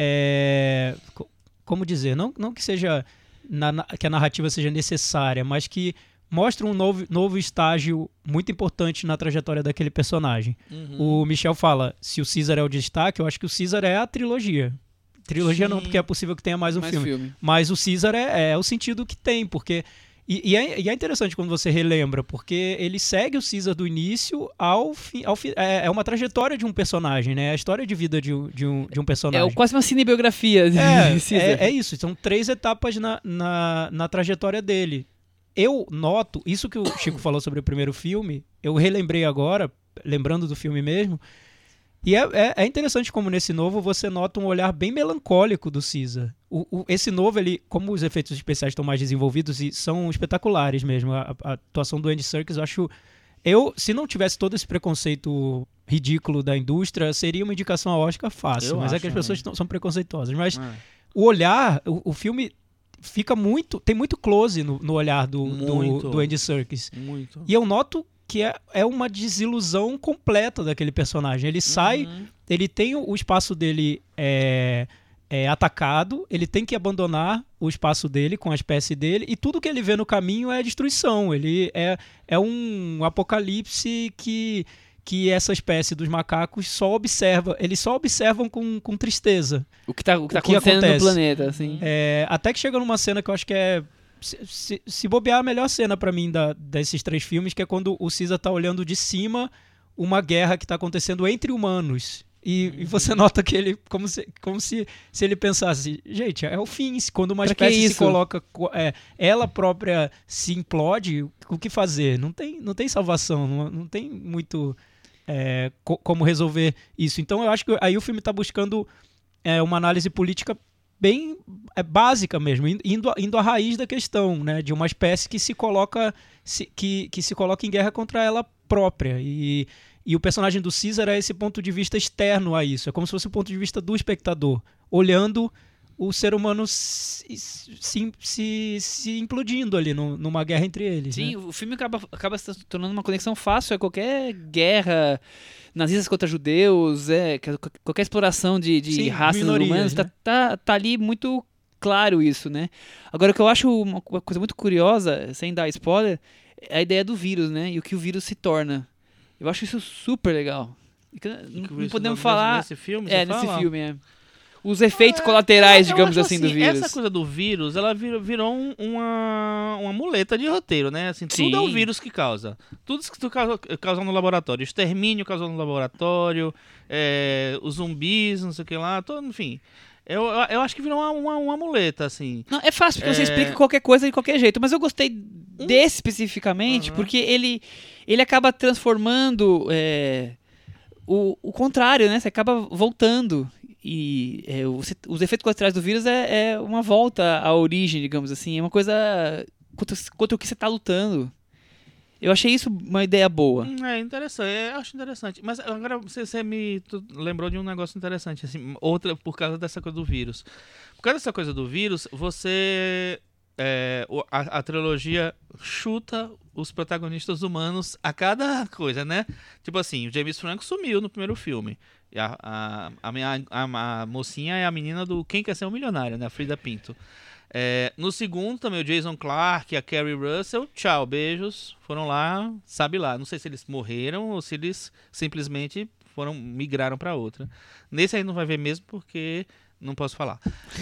é, co- como dizer, não, não que seja na- na- que a narrativa seja necessária, mas que mostra um novo, novo estágio muito importante na trajetória daquele personagem. Uhum. O Michel fala, se o Caesar é o destaque, eu acho que o Caesar é a trilogia. Trilogia não, Sim. porque é possível que tenha mais um Mais filme. filme. Mas o Caesar é, é o sentido que tem, porque. E, e é, e é interessante quando você relembra, porque ele segue o Caesar do início ao fim. Ao fi, é, é uma trajetória de um personagem, né? É a história de vida de um, de um, de um É personagem. o- quase uma cinebiografia de É, Caesar. é, é isso. São três etapas na, na, na trajetória dele. Eu noto, isso que o Chico falou sobre o primeiro filme, eu relembrei agora, lembrando do filme mesmo, e é, é, é interessante como nesse novo você nota um olhar bem melancólico do Caesar. O, o, esse novo, ele, como os efeitos especiais estão mais desenvolvidos e são espetaculares mesmo, a, a atuação do Andy Serkis, eu acho... Eu, se não tivesse todo esse preconceito ridículo da indústria, seria uma indicação ao Oscar fácil, Eu mas é acho que as pessoas também. tão- são preconceituosas. Mas É. o olhar, o, o filme fica muito, tem muito close no, no olhar do, do, Muito. do Andy Serkis. Muito. E eu noto que é, é uma desilusão completa daquele personagem. Ele sai, Uhum. ele tem o espaço dele é, é, atacado, ele tem que abandonar o espaço dele com a espécie dele, e tudo que ele vê no caminho é destruição. Ele é, é um apocalipse que, que essa espécie dos macacos só observa, eles só observam com, com tristeza. O que tá, o que tá O que acontecendo acontece? no planeta, assim. É, até que chega numa cena que eu acho que é. Se, se, se bobear, a melhor cena pra mim da, desses três filmes, que é quando o Caesar tá olhando de cima uma guerra que tá acontecendo entre humanos. E, e você nota que ele, como se, como se, se ele pensasse, gente, é o fim. se- Quando uma Pra que espécie se isso? coloca, co- é, ela própria se implode, o que fazer? Não tem, não tem salvação, não, não tem muito é, co- como resolver isso. Então eu acho que aí o filme tá buscando é, uma análise política bem é, básica mesmo, in- indo, a- indo à raiz da questão, né, de uma espécie que se coloca se- que, que se coloca em guerra contra ela própria. E, e o personagem do Caesar é esse ponto de vista externo a isso. É como se fosse o ponto de vista do espectador, olhando o ser humano se, se, se, se implodindo ali no- numa guerra entre eles. Sim, né? o filme acaba, acaba se tornando uma conexão fácil a qualquer guerra, nazistas contra judeus, é, que- qualquer exploração de, de Sim, raças minorias, humanas, tá, né? tá, tá ali muito claro isso, né? Agora, o que eu acho uma, uma coisa muito curiosa, sem dar spoiler, é a ideia do vírus, né? E o que o vírus se torna. Eu acho isso super legal. E que- Não, Que não isso podemos nesse- falar... Nesse filme, É, você nesse fala? filme, é. Os efeitos colaterais, Eu digamos acho assim, do vírus. Essa coisa do vírus, ela virou, virou um- uma, uma muleta de roteiro, né? Assim, tudo é o Sim. vírus que causa. Tudo que tu causa, causa no laboratório. Extermínio causou no laboratório, é, os zumbis, não sei o que lá, todo, enfim. Eu, eu, eu acho que virou uma, uma, uma muleta, assim. Não, é fácil, porque você É. explica qualquer coisa de qualquer jeito. Mas eu gostei desse especificamente, Aham. porque ele, ele acaba transformando é, o, o contrário, né? Você acaba voltando. E é, os, os efeitos colaterais do vírus é, é uma volta à origem, digamos assim. É uma coisa contra, contra o que você está lutando. Eu achei isso uma ideia boa. Hum, É interessante, é, eu acho interessante. Mas agora você, você me tu lembrou de um negócio interessante, assim, outra por causa dessa coisa do vírus. Por causa dessa coisa do vírus, você. é, o- a, a trilogia chuta os protagonistas humanos a cada coisa, né? Tipo assim, o James Franco sumiu no primeiro filme. E a, a, a, minha- a- a mocinha é a menina do Quem Quer Ser um Milionário, né? A Frida Pinto. É, no segundo também o Jason Clarke e a Kerry Russell, tchau, beijos, foram lá, sabe lá, não sei se eles morreram ou se eles simplesmente foram migraram para outra. Nesse aí não vai ver mesmo porque não posso falar.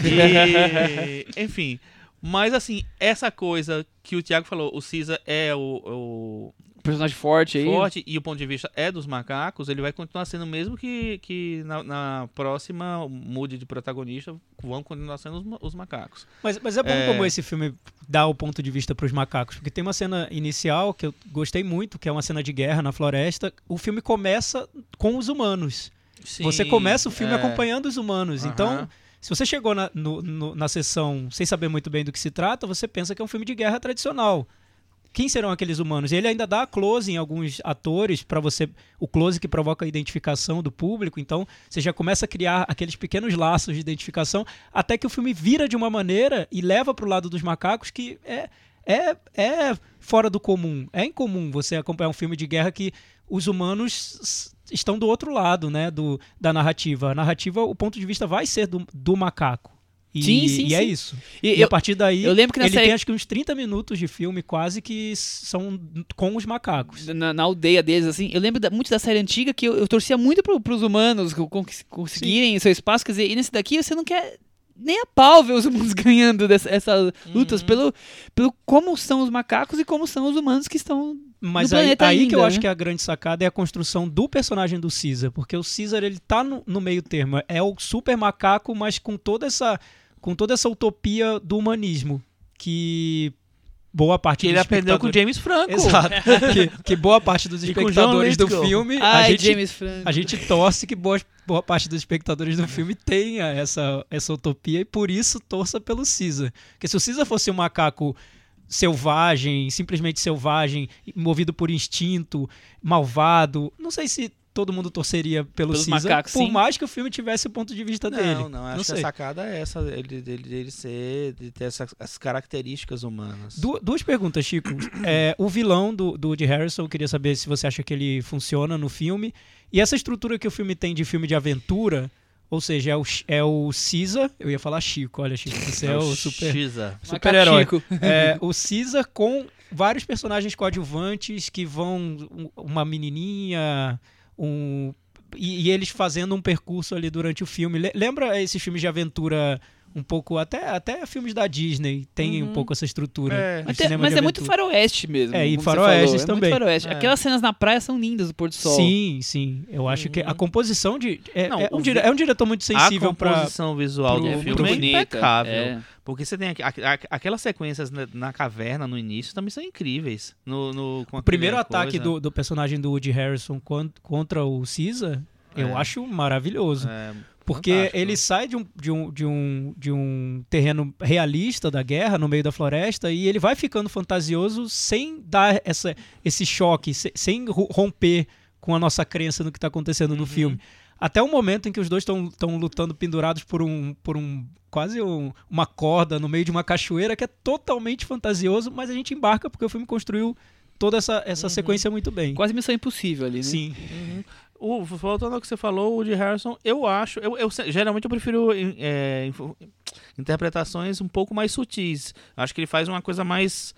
E, enfim, mas assim, essa coisa que o Thiago falou, o Caesar é o, Um personagem forte o aí. forte e o ponto de vista é dos macacos, ele vai continuar sendo mesmo que, que na, na próxima mude de protagonista vão continuar sendo os, ma- os macacos. Mas, mas é bom É. como esse filme dá o ponto de vista para os macacos, porque tem uma cena inicial que eu gostei muito, que é uma cena de guerra na floresta. O filme começa com os humanos. Sim, Você começa o filme é. acompanhando os humanos. Aham. Então, se você chegou na, no- no- na sessão sem saber muito bem do que se trata, você pensa que é um filme de guerra tradicional. Quem serão aqueles humanos? Ele ainda dá close em alguns atores para você, o close que provoca a identificação do público. Então você já começa a criar aqueles pequenos laços de identificação até que o filme vira de uma maneira e leva para o lado dos macacos que é, é, é fora do comum. É incomum você acompanhar um filme de guerra que os humanos s- estão do outro lado, né, do, da narrativa. A narrativa, o ponto de vista vai ser do, do macaco. E, Sim, sim, e é sim. isso. E E, eu- a partir daí, eu lembro que na ele série- tem acho que uns trinta minutos de filme quase que são com os macacos. Na, na aldeia deles, assim, eu lembro da- muito da série antiga que eu, eu torcia muito pro, pros humanos co- con- conseguirem seu espaço, quer dizer, e nesse daqui você não quer nem a pau ver os humanos ganhando dessa, essas lutas Uhum. pelo, pelo como são os macacos e como são os humanos que estão Mas no aí, planeta aí ainda, que eu acho né? que a grande sacada é a construção do personagem do Caesar, porque o Caesar ele tá no, no meio termo, é o super macaco, mas com toda essa com toda essa utopia do humanismo que boa parte Que ele dos aprendeu com o espectadores- James Franco. Exato. que, que boa parte dos E com o John espectadores do Lithgow. filme Ai, a gente James Franco. a gente torce que boa, boa parte dos espectadores do filme tenha essa, essa utopia e por isso torça pelo Caesar. Porque se o Caesar fosse um macaco selvagem, simplesmente selvagem, movido por instinto, malvado, não sei se todo mundo torceria pelo Pelos Caesar, macacos, por sim. mais que o filme tivesse o ponto de vista dele. Não, não, acho que sei. a sacada é essa, ele, dele, dele ser, de ter essas as características humanas. Du- duas perguntas, Chico. É, o vilão do, do Woody Harrelson, eu queria saber se você acha que ele funciona no filme. E essa estrutura que o filme tem de filme de aventura, ou seja, é o, é o Caesar, eu ia falar Chico, olha Chico, você é o super, Xiza. super-herói. Macaco Chico. É, o Caesar com vários personagens coadjuvantes que vão, um- uma menininha, um... E, e eles fazendo um percurso ali durante o filme. Le- lembra esses filmes de aventura um pouco, até, até filmes da Disney tem um pouco essa estrutura. É. de Mas, tem- cinema mas de é muito aventura. faroeste mesmo. É, e como você faroestes falou, também. É muito faroeste. É. Aquelas cenas na praia são lindas do pôr do sol. Sim, sim. Eu acho que a composição de. É, Não, é, um o dire- vi- é um diretor muito sensível a para. composição visual pro- do É filme muito é bonita. impecável. É. Porque você tem aqu- aqu- aqu- aquelas sequências na, na caverna no início também são incríveis. No, no, com O primeiro aquela ataque coisa. do, do personagem do Woody Harrison quan- contra o Caesar, eu É. acho maravilhoso. É, Porque fantástico. ele sai de um, de, um, de, um, de um terreno realista da guerra, no meio da floresta, e ele vai ficando fantasioso sem dar essa, esse choque, se- sem ro- romper com a nossa crença no que está acontecendo no filme. Até o momento em que os dois estão lutando pendurados por um, por um quase um- uma corda no meio de uma cachoeira, que é totalmente fantasioso, mas a gente embarca porque o filme construiu toda essa, essa sequência muito bem. Quase missão impossível ali, né? Sim. O, voltando ao que você falou, o Woody Harrelson, eu acho. Eu, eu se- geralmente eu prefiro é, info- interpretações um pouco mais sutis. Acho que ele faz uma coisa mais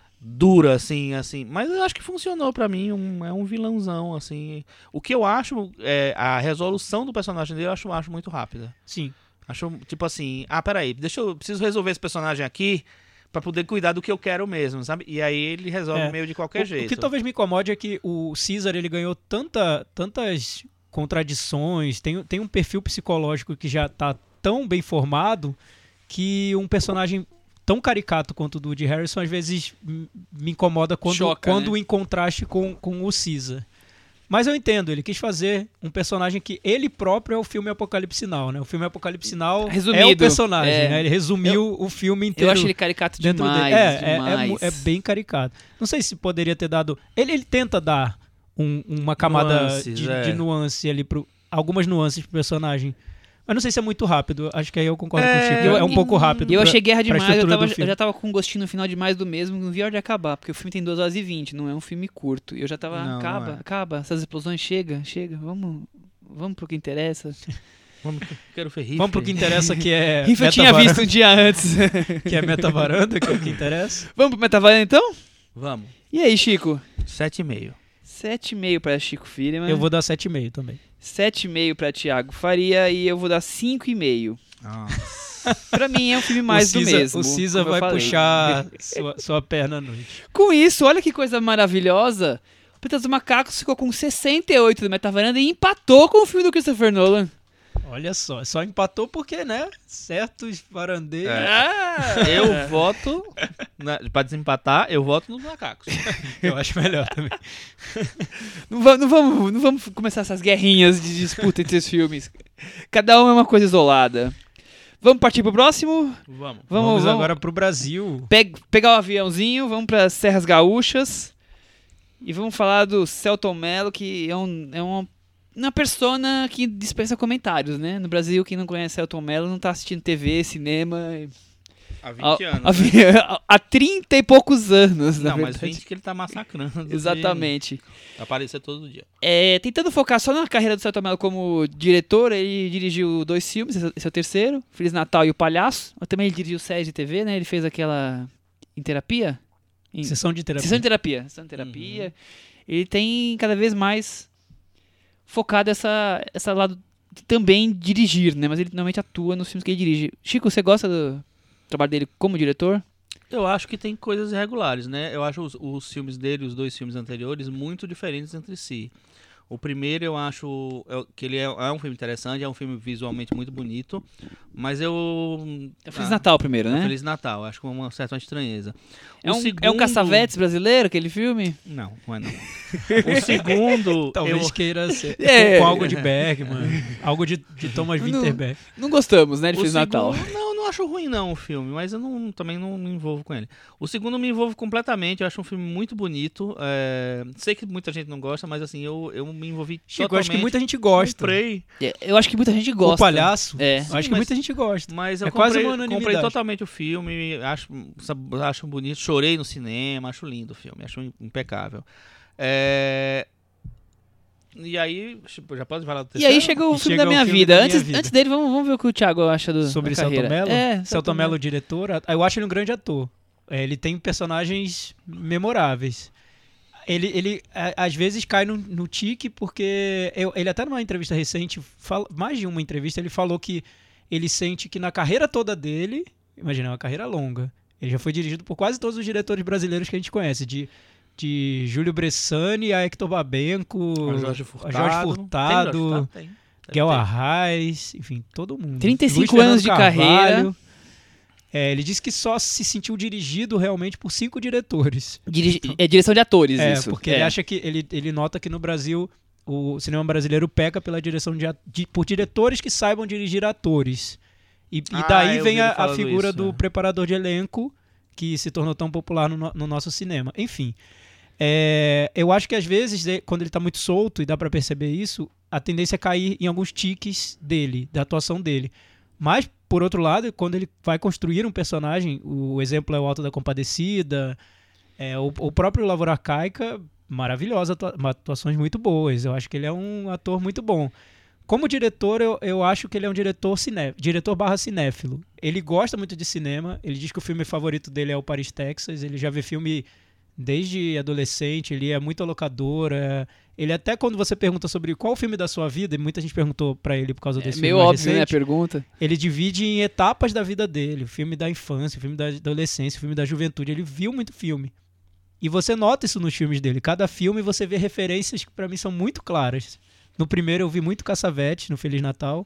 dura, assim, assim. Mas eu acho que funcionou pra mim. Um, é um vilãozão, assim. O que eu acho, é, a resolução do personagem dele, eu acho, acho muito rápida. Sim. Acho, tipo assim, ah, peraí, deixa eu. Preciso resolver esse personagem aqui pra poder cuidar do que eu quero mesmo, sabe? E aí ele resolve É. meio de qualquer O, jeito. o que talvez me incomode é que o Caesar ele ganhou tanta, tantas contradições, tem, tem um perfil psicológico que já tá tão bem formado que um personagem tão caricato quanto o do Woody Harrelson às vezes m- me incomoda quando, Choca, quando né? em contraste com, com o Caesar. Mas eu entendo, ele quis fazer um personagem que ele próprio é o filme Apocalipse Now, né? O filme Apocalipse Now é o Resumido, personagem, é. né? Ele resumiu o filme inteiro. Eu acho ele caricato dentro demais, dele. É, é- é demais. mu- é bem caricato. Não sei se poderia ter dado. Ele, ele tenta dar um- uma camada Nuances, de, é. de nuance ali pro. Algumas nuances pro personagem. Mas não sei se é muito rápido. Acho que aí eu concordo É, com o Chico. eu- É um pouco rápido. E eu pra- achei guerra pra demais, eu, estrutura tava, do eu filme. já tava com um gostinho no final demais do mesmo, não vi a hora de acabar, porque o filme tem duas horas e vinte, não é um filme curto. E eu já tava, Não, acaba, não é. acaba, essas explosões, chega, chega, vamos, vamos pro que interessa. Vamos, quero ver rifle. Vamos pro que interessa, que é. Riff eu tinha Metavaranda, visto um dia antes. Que é Metavaranda, que é o que interessa. Vamos pro Metavaranda então? Vamos. E aí, Chico? Sete e meio. sete e meio pra Chico Firman, Eu vou dar sete e meio também. sete e meio pra Thiago Faria e eu vou dar cinco e meio. Nossa. Pra mim é um filme mais o do Caesar, mesmo. O Caesar como eu vai falei. puxar sua, sua perna à noite. Com isso, olha que coisa maravilhosa. O Planeta dos Macacos ficou com sessenta e oito do Metavaranda e empatou com o filme do Christopher Nolan. Olha só, só empatou porque, né? Certos varandeiros. É. Eu voto, na, pra desempatar, eu voto nos macacos. Eu acho melhor também. Não, va- não vamos, não vamos começar essas guerrinhas de disputa entre os filmes. Cada um é uma coisa isolada. Vamos partir pro próximo? Vamos. Vamos, Vamos, vamos agora pro Brasil. pe- pegar o aviãozinho, vamos para Serras Gaúchas e vamos falar do Celton Mello, que é, um, é uma, uma persona que dispensa comentários, né? No Brasil, quem não conhece Celton Mello não tá assistindo T V, cinema... Há vinte Há, anos. há, né? vi- há trinta e poucos anos, na Não, mas verdade. vinte que ele tá massacrando. de Exatamente. Aparecer todo dia. É, tentando focar só na carreira do Celton Mello como diretor, ele dirigiu dois filmes, esse é o terceiro, Feliz Natal e O Palhaço. Também ele dirigiu séries de T V, né? Ele fez aquela Em Terapia? Em... Sessão de terapia. Sessão de Terapia. Sessão de Terapia. Uhum. Ele tem cada vez mais focado essa, essa lado de também dirigir, né? Mas ele normalmente atua nos filmes que ele dirige. Chico, você gosta do trabalho dele como diretor? Eu acho que tem coisas irregulares, né? Eu acho os, os filmes dele, os dois filmes anteriores, muito diferentes entre si. O primeiro eu acho é- que ele é, é um filme interessante, é um filme visualmente muito bonito, mas eu... É o Feliz ah, Natal primeiro, né? Feliz Natal, acho com uma certa estranheza. É O um, é um segundo- Caçavetes brasileiro, aquele filme? Não, não é não. O segundo... Talvez eu- queira ser É. com algo de Bergman, algo de, de Thomas Não- Winterberg. Não gostamos, né, de O Feliz Natal. segundo- Não, não acho ruim não o filme, mas eu não, também não me envolvo com ele. O segundo eu me envolvo completamente, eu acho um filme muito bonito. é, Sei que muita gente não gosta, mas assim, eu, eu me envolvi Chico, totalmente. acho que muita gente gosta. Comprei, É, Eu acho que muita gente gosta. O Palhaço, É. acho Sim, que mas- muita gente gosta. mas eu É quase comprei, uma unanimidade. comprei totalmente o filme, acho, acho bonito, chorei no cinema, acho lindo o filme, acho impecável. É, E aí, tipo, já pode falar do E terceiro? aí chega o E filme chega da o minha filme vida. da minha Antes, vida. antes dele, vamos, vamos ver o que o Thiago acha do, Sobre da Celton carreira. Mello? É, Celton Mello, diretor, a- eu acho ele um grande ator. É, ele tem personagens memoráveis. Ele, ele a- às vezes cai no, no tique porque eu- ele até numa entrevista recente, fala- mais de uma entrevista, ele falou que ele sente que na carreira toda dele, imagina, é uma carreira longa, ele já foi dirigido por quase todos os diretores brasileiros que a gente conhece, de, de Júlio Bressani a Hector Babenco, O Jorge a Furtado. Jorge Tem Furtado, Jorge Furtado? Tem. Deve Guel ter. Arraes, enfim, todo mundo. trinta e cinco Luiz anos Fernando de carreira. É, ele disse que só se sentiu dirigido realmente por cinco diretores. Dirigi- é direção de atores, É, isso. porque é. ele acha que ele, ele nota que no Brasil o cinema brasileiro peca pela direção de, a- de- por diretores que saibam dirigir atores. E, e Ah, daí eu vem vi ele a, a falando figura isso, do é. preparador de elenco que se tornou tão popular no, no- no nosso cinema. Enfim, é, eu acho que às vezes, de- quando ele tá muito solto, e dá pra perceber isso, a tendência é cair em alguns tiques dele, da atuação dele. Mas, por outro lado, quando ele vai construir um personagem, o exemplo é o Alto da Compadecida, é, o, o próprio Lavoura Arcaica, maravilhosa, atua- atuações muito boas. Eu acho que ele é um ator muito bom. Como diretor, eu, eu acho que ele é um diretor ciné, diretor barra cinéfilo. Ele gosta muito de cinema, ele diz que o filme favorito dele é o Paris, Texas, ele já vê filme desde adolescente, ele é muito locadora. Ele até quando você pergunta sobre qual o filme da sua vida, e muita gente perguntou pra ele por causa É desse meio filme mais óbvio, né, a recente, pergunta. ele divide em etapas da vida dele, o filme da infância, o filme da adolescência, o filme da juventude. Ele viu muito filme. E você nota isso nos filmes dele. Cada filme você vê referências que pra mim são muito claras. No primeiro eu vi muito Caçavete, no Feliz Natal.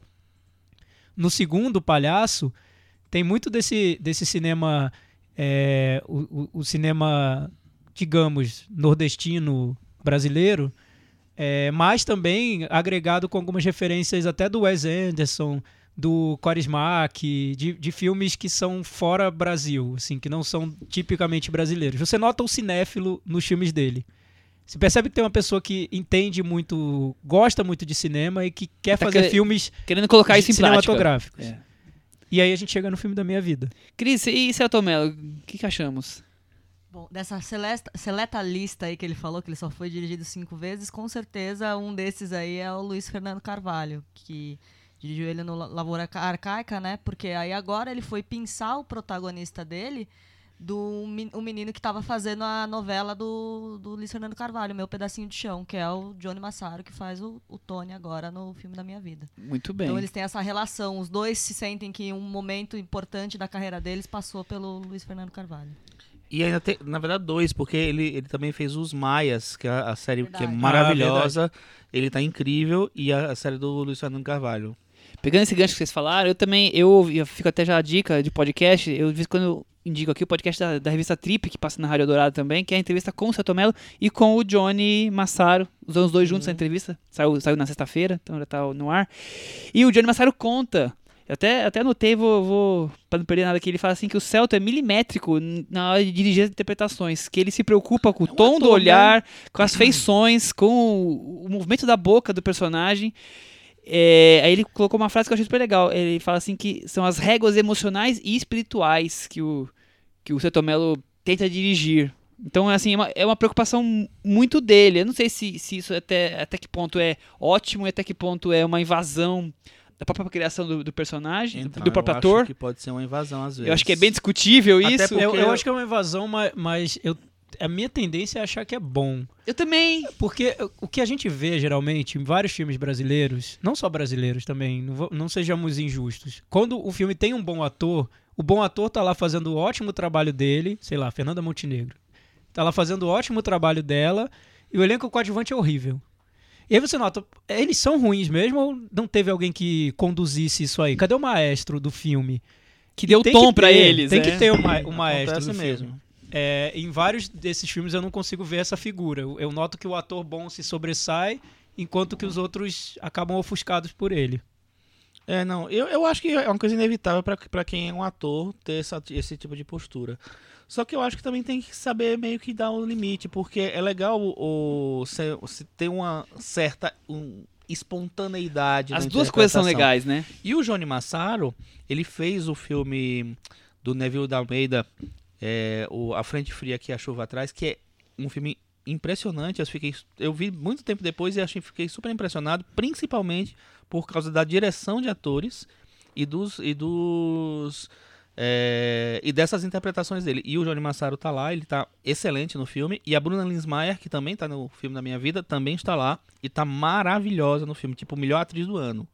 No segundo, o Palhaço, tem muito desse, desse cinema, é, o, o- o cinema, digamos, nordestino brasileiro, é, mas também agregado com algumas referências até do Wes Anderson, do Korismak, de, de filmes que são fora Brasil, assim, que não são tipicamente brasileiros. Você nota o cinéfilo nos filmes dele. Você percebe que tem uma pessoa que entende muito, gosta muito de cinema e que quer Tá fazer quer- filmes Querendo colocar isso em prática. cinematográficos. É. E aí a gente chega no filme da minha vida. Cris, e Celton Mello, o que, que achamos? Bom, dessa selesta, seleta lista aí que ele falou, que ele só foi dirigido cinco vezes, com certeza um desses aí é o Luiz Fernando Carvalho, que dirigiu ele no La- Lavoura Arcaica, né? Porque aí agora ele foi pinçar o protagonista dele do men- o menino que estava fazendo a novela do, do Luiz Fernando Carvalho, Meu Pedacinho de Chão, que é o Johnny Massaro, que faz o, o Tony agora no filme da minha vida. Muito bem. Então eles têm essa relação, os dois se sentem que um momento importante da carreira deles passou pelo Luiz Fernando Carvalho. E ainda tem, na verdade, dois, porque ele, ele também fez Os Maias, que é a série que é Verdade. maravilhosa. Ele tá incrível. E a, a série do Luiz Fernando Carvalho. Pegando esse gancho que vocês falaram, eu também, eu, eu fico até já a dica de podcast, eu de vez em quando eu indico aqui o podcast da, da revista Trip, que passa na Rádio Dourado também, que é a entrevista com o Celton Mello e com o Johnny Massaro, usando os dois juntos Uhum. na entrevista, saiu, saiu na sexta-feira, então já tá no ar. E o Johnny Massaro conta, eu até, até anotei, vou, vou, pra não perder nada aqui, ele fala assim que o Celton é milimétrico na hora de dirigir as interpretações, que ele se preocupa com o É um tom ator, do olhar, né? com as feições, com o, o movimento da boca do personagem. É, aí ele colocou uma frase que eu achei super legal. Ele fala assim que são as réguas emocionais e espirituais que o, que o Celton Mello tenta dirigir. Então, assim, é uma, é uma preocupação muito dele. Eu não sei se, se isso até, até que ponto é ótimo e até que ponto é uma invasão da própria criação do, do personagem, Então, do próprio eu ator. acho que pode ser uma invasão às vezes. Eu acho que é bem discutível Até isso. porque- Eu, eu acho que é uma invasão, mas, mas eu, a minha tendência é achar que é bom. Eu também. Porque o que a gente vê, geralmente, em vários filmes brasileiros, não só brasileiros também, não, vou- não sejamos injustos. Quando o filme tem um bom ator, o bom ator tá lá fazendo o ótimo trabalho dele, sei lá, Fernanda Montenegro. Tá lá fazendo o ótimo trabalho dela, e o elenco coadjuvante é horrível. E aí você nota, eles são ruins mesmo ou não teve alguém que conduzisse isso aí? Cadê o maestro do filme? Que deu Tem tom que pra ter, eles. Tem é. que ter o, ma o maestro Acontece do mesmo. filme. É, em vários desses filmes eu não consigo ver essa figura. Eu, eu noto que o ator bom se sobressai, enquanto que os outros acabam ofuscados por ele. É, não, eu, eu acho que é uma coisa inevitável pra pra quem é um ator ter essa, esse tipo de postura. Só que eu acho que também tem que saber meio que dar um limite, porque é legal o, o, se, se ter uma certa um, espontaneidade As na duas coisas são interpretação. legais, né? E o Johnny Massaro, ele fez o filme do Neville da Almeida, é, o A Frente Fria que a Chuva Atrás, que é um filme impressionante. Eu, fiquei, eu vi muito tempo depois e achei, fiquei super impressionado, principalmente por causa da direção de atores e dos... E dos É, e dessas interpretações dele. E o Johnny Massaro tá lá, ele tá excelente no filme. E a Bruna Linsmeyer, que também tá no filme da minha vida, também está lá e tá maravilhosa no filme, tipo, melhor atriz do ano.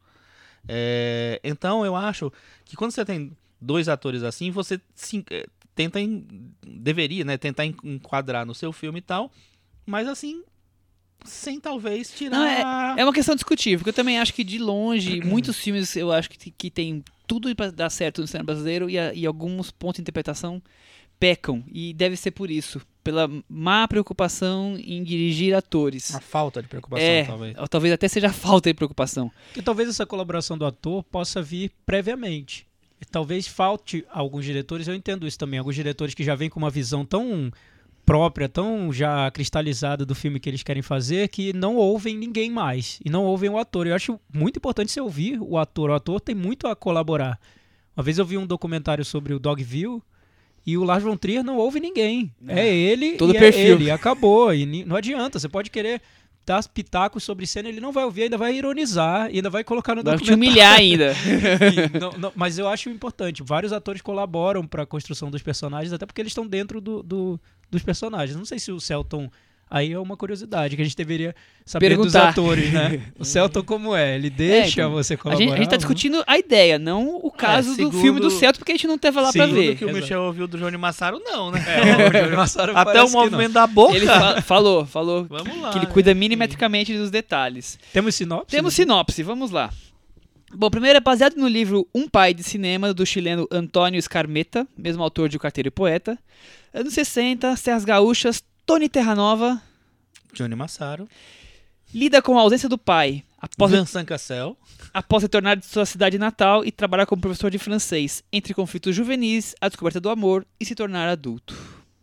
É, então eu acho que quando você tem dois atores assim, você se, é, tenta em, deveria, né, tentar en- enquadrar no seu filme e tal, mas assim, sem talvez tirar... Não, É uma questão discutível, porque eu também acho que de longe, muitos filmes eu acho que, que tem tudo pra dar certo no cinema brasileiro e, a- e alguns pontos de interpretação pecam. E deve ser por isso, pela má preocupação em dirigir atores. Uma falta de preocupação, É, talvez. ou talvez até seja falta de preocupação. E talvez essa colaboração do ator possa vir previamente. E talvez falte a alguns diretores, eu entendo isso também, alguns diretores que já vêm com uma visão tão própria, tão já cristalizada do filme que eles querem fazer, que não ouvem ninguém mais, e não ouvem o ator. Eu acho muito importante você ouvir o ator, o ator tem muito a colaborar. Uma vez eu vi um documentário sobre o Dogville, e o Lars von Trier não ouve ninguém. É ele todo e perfil. é ele, acabou. E ni- não adianta, você pode querer dar pitacos sobre cena, ele não vai ouvir, ainda vai ironizar, e ainda vai colocar no Vai te documentário. humilhar ainda. Enfim, não- não- mas eu acho importante. Vários atores colaboram para a construção dos personagens, até porque eles estão dentro do, do- dos personagens. Não sei se o Celton. Aí é uma curiosidade que a gente deveria saber dos Perguntar. atores, né? O Celton como é? Ele deixa então, você A colaborar? gente, a gente tá discutindo a ideia, não o caso do segundo- filme do Celto, porque a gente não teve lá pra Segundo ver. que o Exato. Michel ouviu do Johnny Massaro, não, né? É, o Johnny Massaro Até parece o que não. movimento da boca. Ele fa- falou, falou Vamos lá. que ele né? cuida milimetricamente dos detalhes. Temos sinopse? Temos sinopse, vamos lá. Bom, primeiro é baseado no livro Um Pai de Cinema, do chileno Antônio Scarmeta, mesmo autor de O Carteiro e Poeta. Anos sessenta, Serras Gaúchas, Tony Terranova Johnny Massaro. lida com a ausência do pai após, Vincent Cassel. após retornar de sua cidade natal e trabalhar como professor de francês, entre conflitos juvenis, a descoberta do amor e se tornar adulto.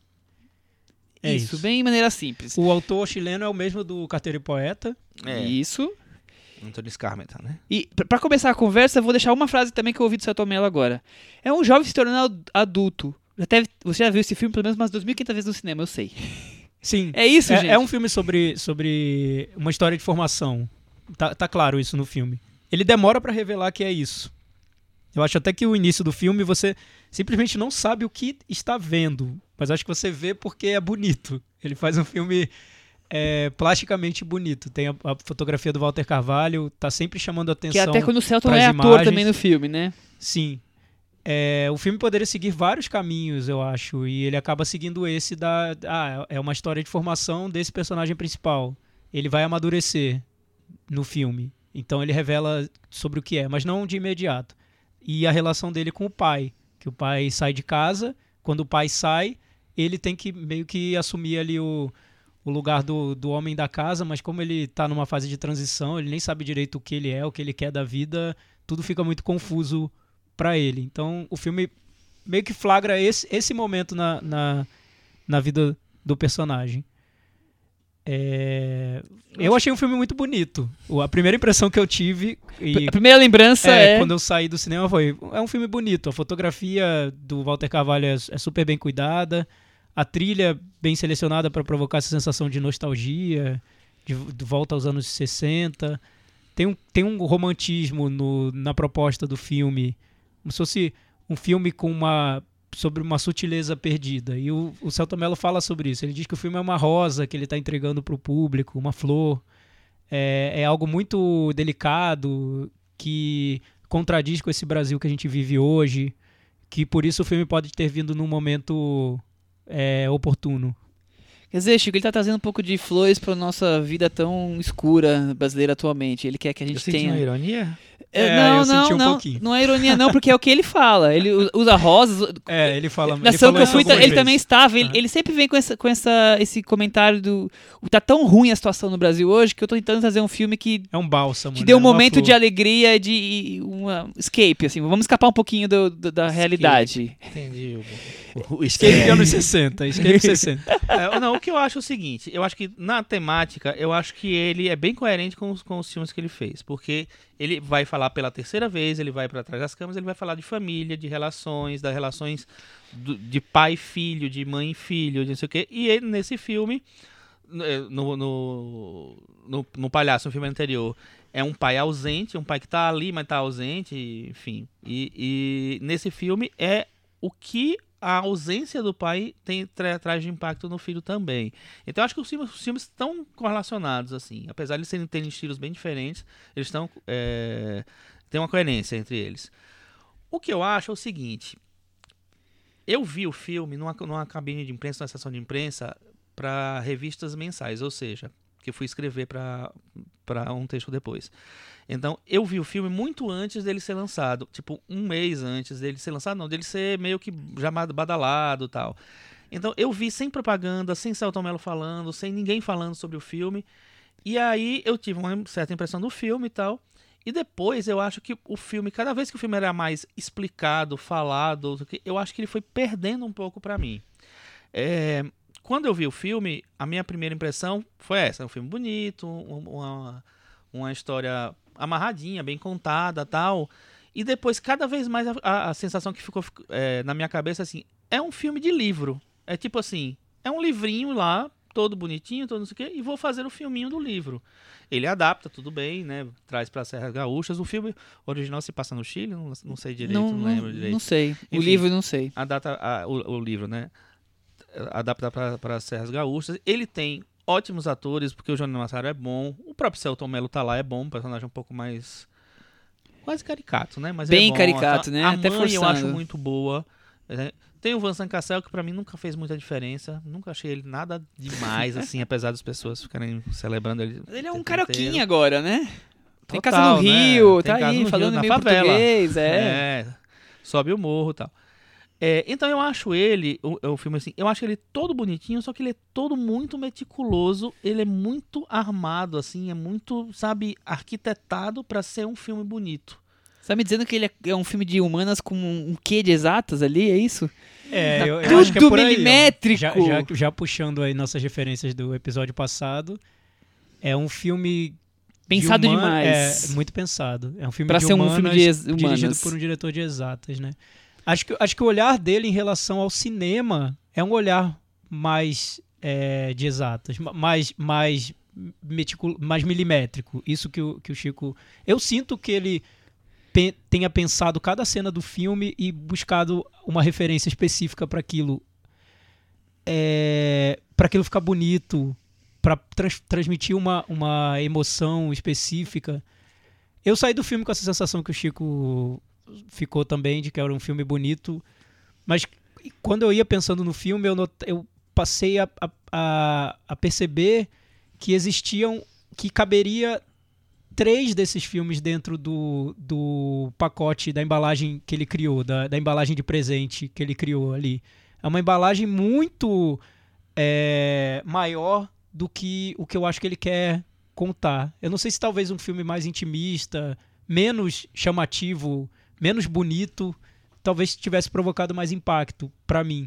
É isso, isso. bem de maneira simples. O autor chileno é o mesmo do Carteiro e Poeta. É, Isso. Antônio Scarmeta, né? E pra- pra começar a conversa, eu vou deixar uma frase também que eu ouvi do Celton Mello agora. É um jovem se tornando ad- adulto. Já teve, você já viu esse filme pelo menos umas duas mil e quinhentas vezes no cinema, eu sei. Sim. É isso, gente? É, é um filme sobre, sobre uma história de formação. Tá, tá claro isso no filme. Ele demora pra revelar que é isso. Eu acho até que o início do filme você simplesmente não sabe o que está vendo. Mas acho que você vê porque é bonito. Ele faz um filme é, plasticamente bonito. Tem a, a fotografia do Walter Carvalho, tá sempre chamando a Que atenção. até quando o Celton pras é ator imagens. também no filme, né? Sim. É, o filme poderia seguir vários caminhos, eu acho, e ele acaba seguindo esse da... Ah, é uma história de formação desse personagem principal. Ele vai amadurecer no filme. Então ele revela sobre o que é, mas não de imediato. E a relação dele com o pai, que o pai sai de casa, quando o pai sai, ele tem que meio que assumir ali o, o lugar do, do homem da casa, mas como ele está numa fase de transição, ele nem sabe direito o que ele é, o que ele quer da vida, tudo fica muito confuso para ele. Então o filme meio que flagra esse, esse momento na, na, na vida do personagem. É... Eu achei um filme muito bonito. A primeira impressão que eu tive... E, A primeira lembrança é, é... quando eu saí do cinema foi... É um filme bonito. A fotografia do Walter Carvalho é, é super bem cuidada. A trilha bem selecionada para provocar essa sensação de nostalgia, de, de volta aos anos sessenta. Tem um, tem um romantismo no, na proposta do filme. Como se fosse um filme com uma... sobre uma sutileza perdida. E o, o Selton Mello fala sobre isso. Ele diz que o filme é uma rosa que ele está entregando para o público, uma flor. É, é algo muito delicado, que contradiz com esse Brasil que a gente vive hoje, que por isso o filme pode ter vindo num momento é, oportuno. Quer dizer, Chico, ele tá trazendo um pouco de flores pra nossa vida tão escura brasileira atualmente. Ele quer que a gente Eu senti tenha... uma ironia? É, É, não, eu não, senti um não, pouquinho. não é ironia não, porque é o que ele fala. Ele usa rosas. É, ele fala... Na ele ação falou que eu isso fui, algumas ele vezes. também estava. Ele, Uhum. ele sempre vem com, essa, com essa, esse comentário do... Tá tão ruim a situação no Brasil hoje que eu tô tentando trazer um filme que É um bálsamo, te né? dê um Uma momento flor. de alegria, de uma escape, assim. Vamos escapar um pouquinho do, do- da realidade. Entendi. O, o Escape escape. anos sessenta. Escape sessenta. É, não, o que eu acho é o seguinte, eu acho que na temática, eu acho que ele é bem coerente com os, com os filmes que ele fez, porque ele vai falar pela terceira vez, ele vai para trás das câmeras, ele vai falar de família, de relações, das relações do- de pai e filho, de mãe e filho, de não sei o quê, e ele, nesse filme, no, no, no, no Palhaço, no filme anterior, é um pai ausente, um pai que tá ali, mas tá ausente, enfim, e, e nesse filme é o que a ausência do pai tem, tra, traz de impacto no filho também. Então eu acho que os filmes, os filmes estão correlacionados, assim. Apesar de eles serem, terem estilos bem diferentes, eles estão... É, tem uma coerência entre eles. O que eu acho é o seguinte. Eu vi o filme numa, numa cabine de imprensa, numa sessão de imprensa, para revistas mensais, ou seja, que eu fui escrever para um texto depois. Então, eu vi o filme muito antes dele ser lançado. Tipo, um mês antes dele ser lançado. Não, dele ser meio que já badalado e tal. Então, eu vi sem propaganda, sem Selton Mello falando, sem ninguém falando sobre o filme. E aí, eu tive uma certa impressão do filme e tal. E depois, eu acho que o filme, cada vez que o filme era mais explicado, falado, eu acho que ele foi perdendo um pouco pra mim. É... Quando eu vi o filme, a minha primeira impressão foi essa. É um filme bonito, uma, uma história amarradinha, bem contada, tal. E depois, cada vez mais, a, a, a sensação que ficou é, na minha cabeça, assim, é um filme de livro. É tipo assim, é um livrinho lá, todo bonitinho, todo não sei o quê, e vou fazer o filminho do livro. Ele adapta, tudo bem, né? Traz para Serras Gaúchas. O filme original se passa no Chile, não, não sei direito, não, não lembro direito. Não sei. Enfim, o livro, não sei. Adapta a, o, o livro, né? Adapta para Serras Gaúchas. Ele tem ótimos atores, porque o Johnny Massaro é bom. O próprio Selton Mello tá lá, é bom. Um personagem um pouco mais... quase caricato, né? Mas Bem é bom. caricato, a, né? A Até mãe forçando. eu acho muito boa. Né? Tem o Vincent Cassel, que pra mim nunca fez muita diferença. Nunca achei ele nada demais, assim, apesar das pessoas ficarem celebrando ele. Ele é um o tempo carioquinha inteiro. agora, né? Tem Total, casa no né? Rio, Tem tá casa no aí, Rio, falando na meio favela. português, é. É, sobe o morro e tal. É, então eu acho ele, o, o filme assim, eu acho ele todo bonitinho, só que ele é todo muito meticuloso, ele é muito armado, assim, é muito, sabe, arquitetado pra ser um filme bonito. Você tá me dizendo que ele é, é um filme de humanas com um, um quê de exatas ali, é isso? É, eu, eu Tudo acho que é por aí, ó. milimétrico. Já, já, já puxando aí nossas referências do episódio passado, é um filme... Pensado de human- demais. É, muito pensado. É um filme Pra de ser um humanas, filme de ex- dirigido humanas. por um diretor de exatas, né? Acho que, acho que o olhar dele em relação ao cinema é um olhar mais é, de exatas, ma- mais, mais, meticulo, mais milimétrico. Isso que o, que o Chico... Eu sinto que ele pe- tenha pensado cada cena do filme e buscado uma referência específica para aquilo. É, para aquilo ficar bonito, para trans- transmitir uma, uma emoção específica. Eu saí do filme com essa sensação que o Chico ficou também, de que era um filme bonito, mas quando eu ia pensando no filme, eu, not- eu passei a, a, a, a perceber que existiam, que caberia três desses filmes dentro do, do pacote da embalagem que ele criou, da, da embalagem de presente que ele criou ali. É uma embalagem muito é, maior do que o que eu acho que ele quer contar. Eu não sei se talvez um filme mais intimista, menos chamativo, menos bonito, talvez tivesse provocado mais impacto pra mim.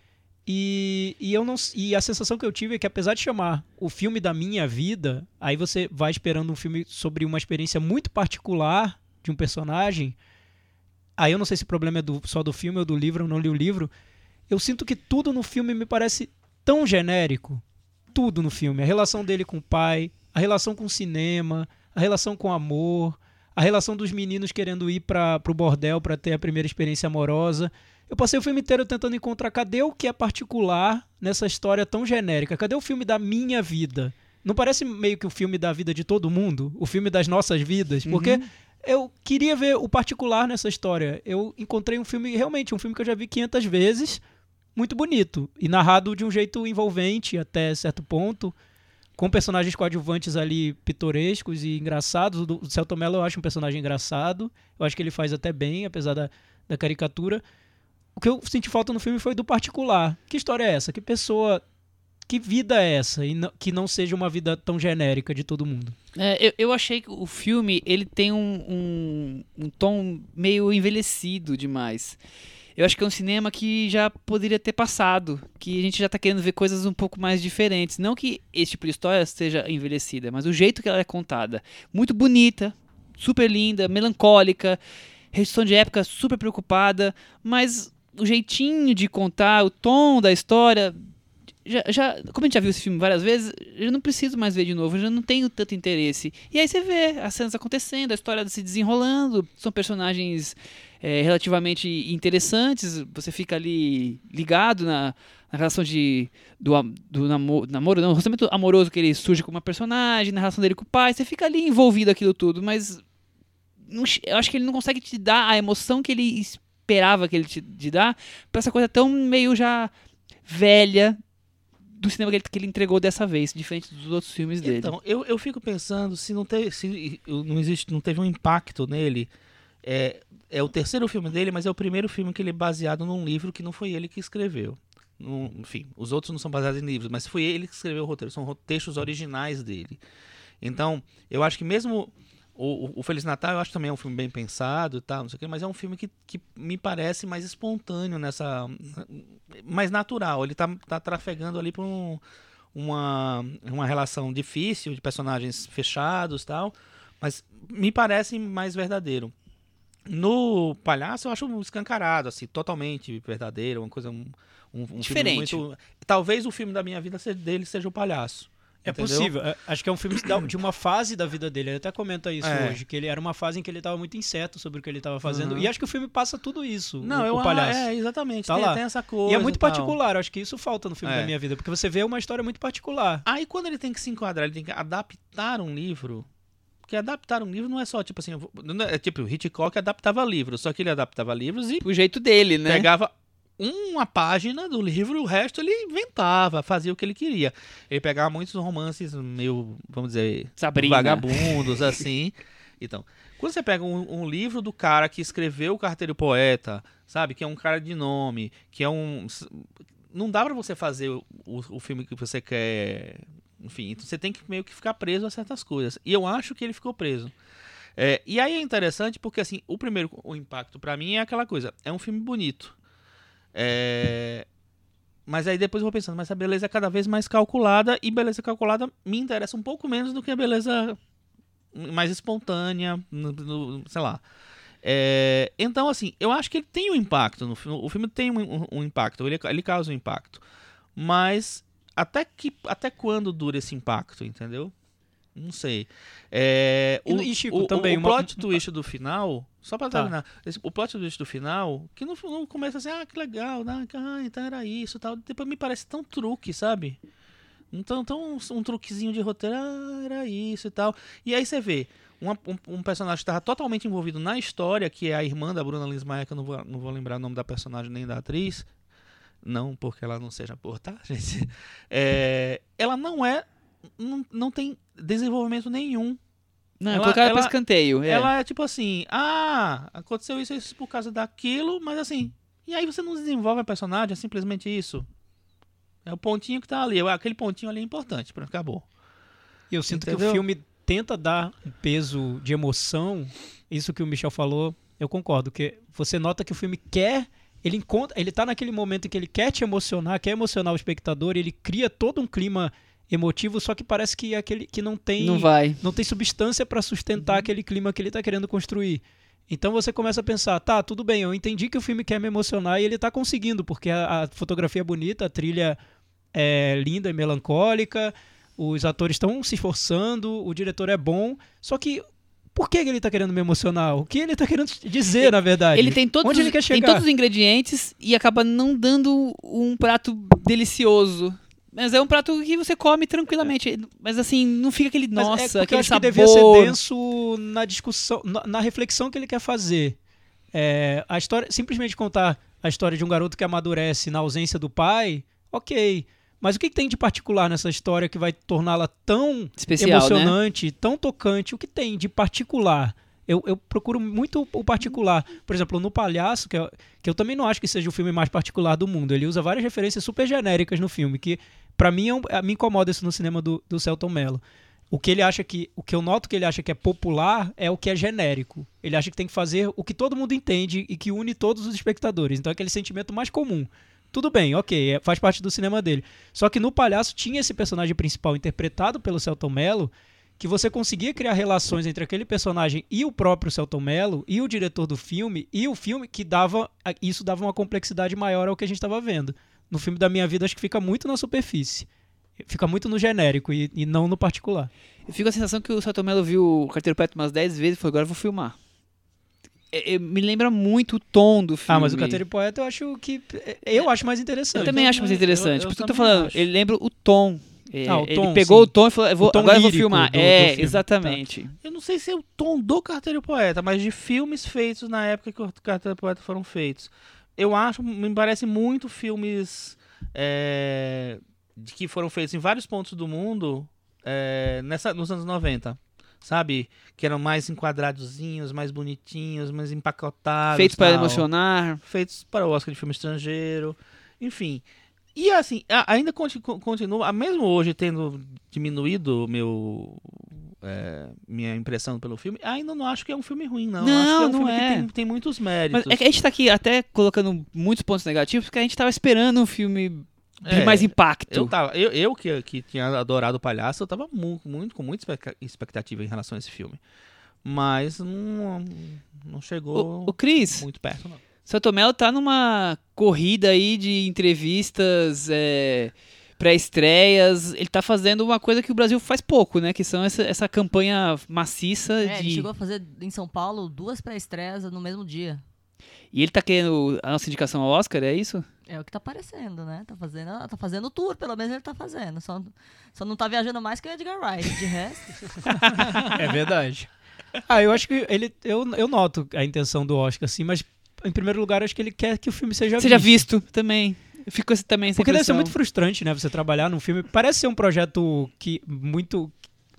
E, e, eu não, e a sensação que eu tive é que, apesar de chamar o filme da minha vida, aí você vai esperando um filme sobre uma experiência muito particular de um personagem. Aí eu não sei se o problema é do, só do filme ou do livro, eu não li o livro. Eu sinto que tudo no filme me parece tão genérico. Tudo no filme. A relação dele com o pai, a relação com o cinema, a relação com o amor, a relação dos meninos querendo ir para o bordel para ter a primeira experiência amorosa. Eu passei o filme inteiro tentando encontrar cadê o que é particular nessa história tão genérica. Cadê o filme da minha vida? Não parece meio que o filme da vida de todo mundo? O filme das nossas vidas? Porque uhum. eu queria ver o particular nessa história. Eu encontrei um filme, realmente, um filme que eu já vi quinhentas vezes, muito bonito. E narrado de um jeito envolvente até certo ponto, com personagens coadjuvantes ali pitorescos e engraçados. O Selton Mello eu acho um personagem engraçado. Eu acho que ele faz até bem, apesar da, da caricatura. O que eu senti falta no filme foi do particular. Que história é essa? Que pessoa... Que vida é essa? E não, que não seja uma vida tão genérica de todo mundo. É, eu, eu achei que o filme ele tem um, um, um tom meio envelhecido demais. Eu acho que é um cinema que já poderia ter passado. Que a gente já tá querendo ver coisas um pouco mais diferentes. Não que esse tipo de história seja envelhecida, mas o jeito que ela é contada. Muito bonita, super linda, melancólica, restituição de época super preocupada, mas... o jeitinho de contar, o tom da história, já, já, como a gente já viu esse filme várias vezes, eu não preciso mais ver de novo, eu já não tenho tanto interesse. E aí você vê as cenas acontecendo, a história se desenrolando, são personagens é, relativamente interessantes, você fica ali ligado na, na relação de, do, do namoro, namoro, não, o relacionamento amoroso que ele surge com uma personagem, na relação dele com o pai, você fica ali envolvido aquilo tudo, mas não, eu acho que ele não consegue te dar a emoção que ele esperava que ele te, te dá, pra essa coisa tão meio já velha do cinema que ele, que ele entregou dessa vez, diferente dos outros filmes dele. Então, eu, eu fico pensando se não teve, se não existe, não teve um impacto nele. É, é o terceiro filme dele, mas é o primeiro filme que ele é baseado num livro que não foi ele que escreveu. Num, enfim, os outros não são baseados em livros, mas foi ele que escreveu o roteiro, são textos originais dele. Então, eu acho que mesmo O, o Feliz Natal eu acho também é um filme bem pensado e tal, não sei o quê, mas é um filme que, que me parece mais espontâneo, nessa, mais natural. Ele tá, tá trafegando ali por um, uma, uma relação difícil de personagens fechados e tal, mas me parece mais verdadeiro. No Palhaço eu acho escancarado, assim, totalmente verdadeiro, uma coisa... Um, um, um diferente. Filme muito, talvez o filme da minha vida dele seja o Palhaço. É Entendeu? possível. Acho que é um filme de uma fase da vida dele. Ele até comenta isso é. hoje, que ele era uma fase em que ele estava muito incerto sobre o que ele estava fazendo. Uhum. E acho que o filme passa tudo isso. Não, o, eu o Palhaço. É, exatamente. Tá tem, lá. tem essa coisa. E é muito e tal. particular. Acho que isso falta no filme É. da minha vida, porque você vê uma história muito particular. Aí quando ele tem que se enquadrar, ele tem que adaptar um livro. Porque adaptar um livro não é só, tipo assim, é tipo, o Hitchcock adaptava livros, só que ele adaptava livros e O jeito dele, né? pegava uma página do livro e o resto ele inventava, fazia o que ele queria. Ele pegava muitos romances meio, vamos dizer, Sabrina. vagabundos, assim. Então, quando você pega um, um livro do cara que escreveu o Carteiro Poeta, sabe? Que é um cara de nome, que é um... Não dá pra você fazer o, o, o filme que você quer... Enfim, então você tem que meio que ficar preso a certas coisas. E eu acho que ele ficou preso. É, e aí é interessante porque, assim, o primeiro o impacto pra mim é aquela coisa. É um filme bonito. É... Mas aí depois eu vou pensando, mas a beleza é cada vez mais calculada, e beleza calculada me interessa um pouco menos do que a beleza mais espontânea, no, no, sei lá. É... Então, assim, eu acho que ele tem um impacto, no filme, o filme tem um, um, um impacto, ele, ele causa um impacto, mas até, que, até quando dura esse impacto, entendeu? Não sei. É, E, o, e Chico, o, também... o, uma... o plot twist do final, só pra Tá. terminar, esse, o plot twist do final, que no, no começo assim, ah, que legal, né? Ah, então era isso e tal. Depois me parece tão truque, sabe? Então, tão, um truquezinho de roteiro, ah, era isso e tal. E aí você vê uma, um, um personagem que estava totalmente envolvido na história, que é a irmã da Bruna Lins Maia, que eu não vou, não vou lembrar o nome da personagem nem da atriz. Não porque ela não seja por, tá, gente? É, ela não é... Não, não tem desenvolvimento nenhum Não, Ela- colocaram ela- pra escanteio. É. Ela é tipo assim, ah, aconteceu isso, isso por causa daquilo, mas assim, e aí você não desenvolve a personagem, é simplesmente isso. É o pontinho que tá ali, aquele pontinho ali é importante, pronto, acabou. E eu sinto que Entendeu? o filme tenta dar um peso de emoção, isso que o Michel falou, eu concordo, que você nota que o filme quer, ele encontra, ele tá naquele momento em que ele quer te emocionar, quer emocionar o espectador, e ele cria todo um clima emotivo, só que parece que é aquele que não tem Não vai. não tem substância para sustentar aquele clima que ele tá querendo construir. Então você começa a pensar, tá, tudo bem, eu entendi que o filme quer me emocionar e ele tá conseguindo, porque a, a fotografia é bonita, a trilha é linda e melancólica, os atores estão se esforçando, o diretor é bom, só que por que ele tá querendo me emocionar? O que ele tá querendo dizer, Ele- na verdade? Ele tem todos, Onde os, ele quer tem chegar? todos os ingredientes e acaba não dando um prato delicioso. Mas é um prato que você come tranquilamente. Mas assim, não fica aquele, Mas nossa, é porque eu aquele acho sabor. que devia ser denso na discussão, na, na reflexão que ele quer fazer. É, a história, simplesmente contar a história de um garoto que amadurece na ausência do pai, ok. Mas o que, que tem de particular nessa história que vai torná-la tão Especial, emocionante, tão tocante? O que tem de particular? Eu, eu procuro muito o particular. Por exemplo, no Palhaço, que eu, que eu também não acho que seja o filme mais particular do mundo. Ele usa várias referências super genéricas no filme, que pra mim é um, me incomoda isso no cinema do, do Selton Mello. O que ele acha que, o que eu noto que ele acha que é popular é o que é genérico. Ele acha que tem que fazer o que todo mundo entende e que une todos os espectadores. Então é aquele sentimento mais comum. Tudo bem, ok, é- faz parte do cinema dele. Só que no Palhaço tinha esse personagem principal interpretado pelo Selton Mello, que você conseguia criar relações entre aquele personagem e o próprio Selton Mello, e o diretor do filme, e o filme que dava, isso dava uma complexidade maior ao que a gente estava vendo. No filme da Minha Vida acho que fica muito na superfície. Fica muito no genérico e, e não no particular. Eu fico com a sensação que o Selton Mello viu o Carteiro Preto umas dez vezes e falou, agora eu vou filmar. É- é- me lembra muito o tom do filme. Ah, mas o Carteiro e Poeta eu acho que... Eu acho mais interessante. Eu também acho mais eu- interessante. eu Por isso que eu tô também falando, acho. ele lembra o tom. É, Ah, o ele tom, pegou sim. o tom e falou, eu vou- O tom agora eu vou lírico filmar. do- do é, filme. exatamente. Eu não sei se é o tom do Carteiro e Poeta, mas de filmes feitos na época que o Carteiro e Poeta foram feitos. Eu acho, me parece muito filmes é, de que foram feitos em vários pontos do mundo é, nessa, nos anos noventa. Sabe? Que eram mais enquadradozinhos, mais bonitinhos, mais empacotados. Feitos para tal. emocionar. Feitos para o Oscar de filme estrangeiro. Enfim. E assim, a- ainda conti- co- continua, mesmo hoje tendo diminuído o meu, é, minha impressão pelo filme, ainda não acho que é um filme ruim, não. Não, acho que é um não filme é. que tem, tem muitos Mas méritos. é que a gente tá aqui até colocando muitos pontos negativos, porque a gente tava esperando um filme de É, mais impacto. Eu, tava, eu, eu que, que tinha adorado o Palhaço, eu tava mu- muito, com muita expecta- expectativa em relação a esse filme. Mas não, não chegou O, o Cris, muito perto, não. Selton Mello tá numa corrida aí de entrevistas, é, pré-estreias. Ele tá fazendo uma coisa que o Brasil faz pouco, né? Que são essa, essa campanha maciça É, ele de... chegou a fazer em São Paulo duas pré-estreias no mesmo dia. E ele tá querendo a nossa indicação ao Oscar, é isso? É o que tá aparecendo, né? Tá fazendo, tá fazendo tour, pelo menos ele tá fazendo. Só, só não tá viajando mais que o Edgar Wright. De resto. É verdade. Ah, eu acho que ele... Eu, eu noto a intenção do Oscar, assim, mas em primeiro lugar acho que ele quer que o filme seja Seja visto. visto também. Eu fico assim também sem Porque deve ser impressão. muito frustrante, né? Você trabalhar num filme. Parece ser um projeto que muito.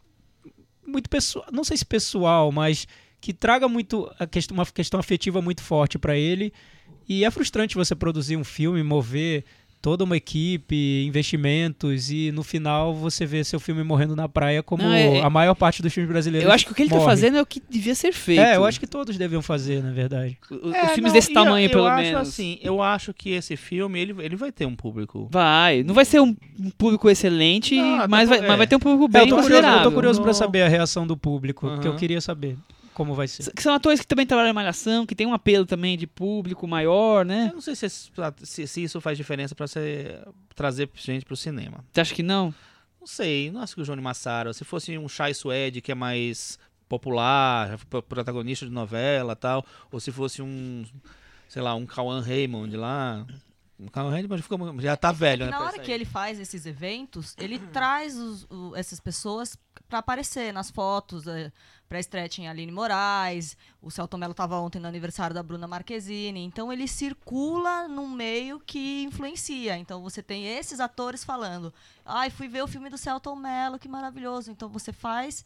Muito pessoal. Não sei se pessoal, mas que traga muito a questão, uma questão afetiva muito forte pra ele. E é frustrante você produzir um filme, mover toda uma equipe, investimentos, e no final você vê seu filme morrendo na praia, como Não, é- a maior parte dos filmes brasileiros. Eu acho que o que ele tá morre. fazendo é o que devia ser feito. É, eu acho que todos deviam fazer, na verdade. O- Os É, filmes não, desse e tamanho, eu, pelo eu acho menos. assim, eu acho que esse filme, ele, ele vai ter um público. Vai. Não vai ser um um público excelente, Não, até mas, vai, por- mas é. vai ter um público É, bem eu tô curioso, considerável. eu tô curioso pra Não. saber a reação do público, porque eu Aham. queria saber como vai ser. Que são atores que também trabalham em Malhação, que tem um apelo também de público maior, né? Eu não sei se, esse- se, se isso faz diferença pra você trazer gente pro cinema. Você acha que não? Não sei, não acho que o Johnny Massaro, se fosse um Chai Suede, que é mais popular, pro- protagonista de novela e tal, ou se fosse um, sei lá, um Cauã Raymond lá. O Cauã Raymond fica, já tá velho, né? Na pra hora isso que aí. ele faz esses eventos, ele traz os- o- essas pessoas pra aparecer nas fotos. É, pra estreia tinha a Aline Moraes, o Selton Mello estava ontem no aniversário da Bruna Marquezine. Então ele circula num meio que influencia. Então você tem esses atores falando: ai, fui ver o filme do Selton Mello, que maravilhoso. Então você faz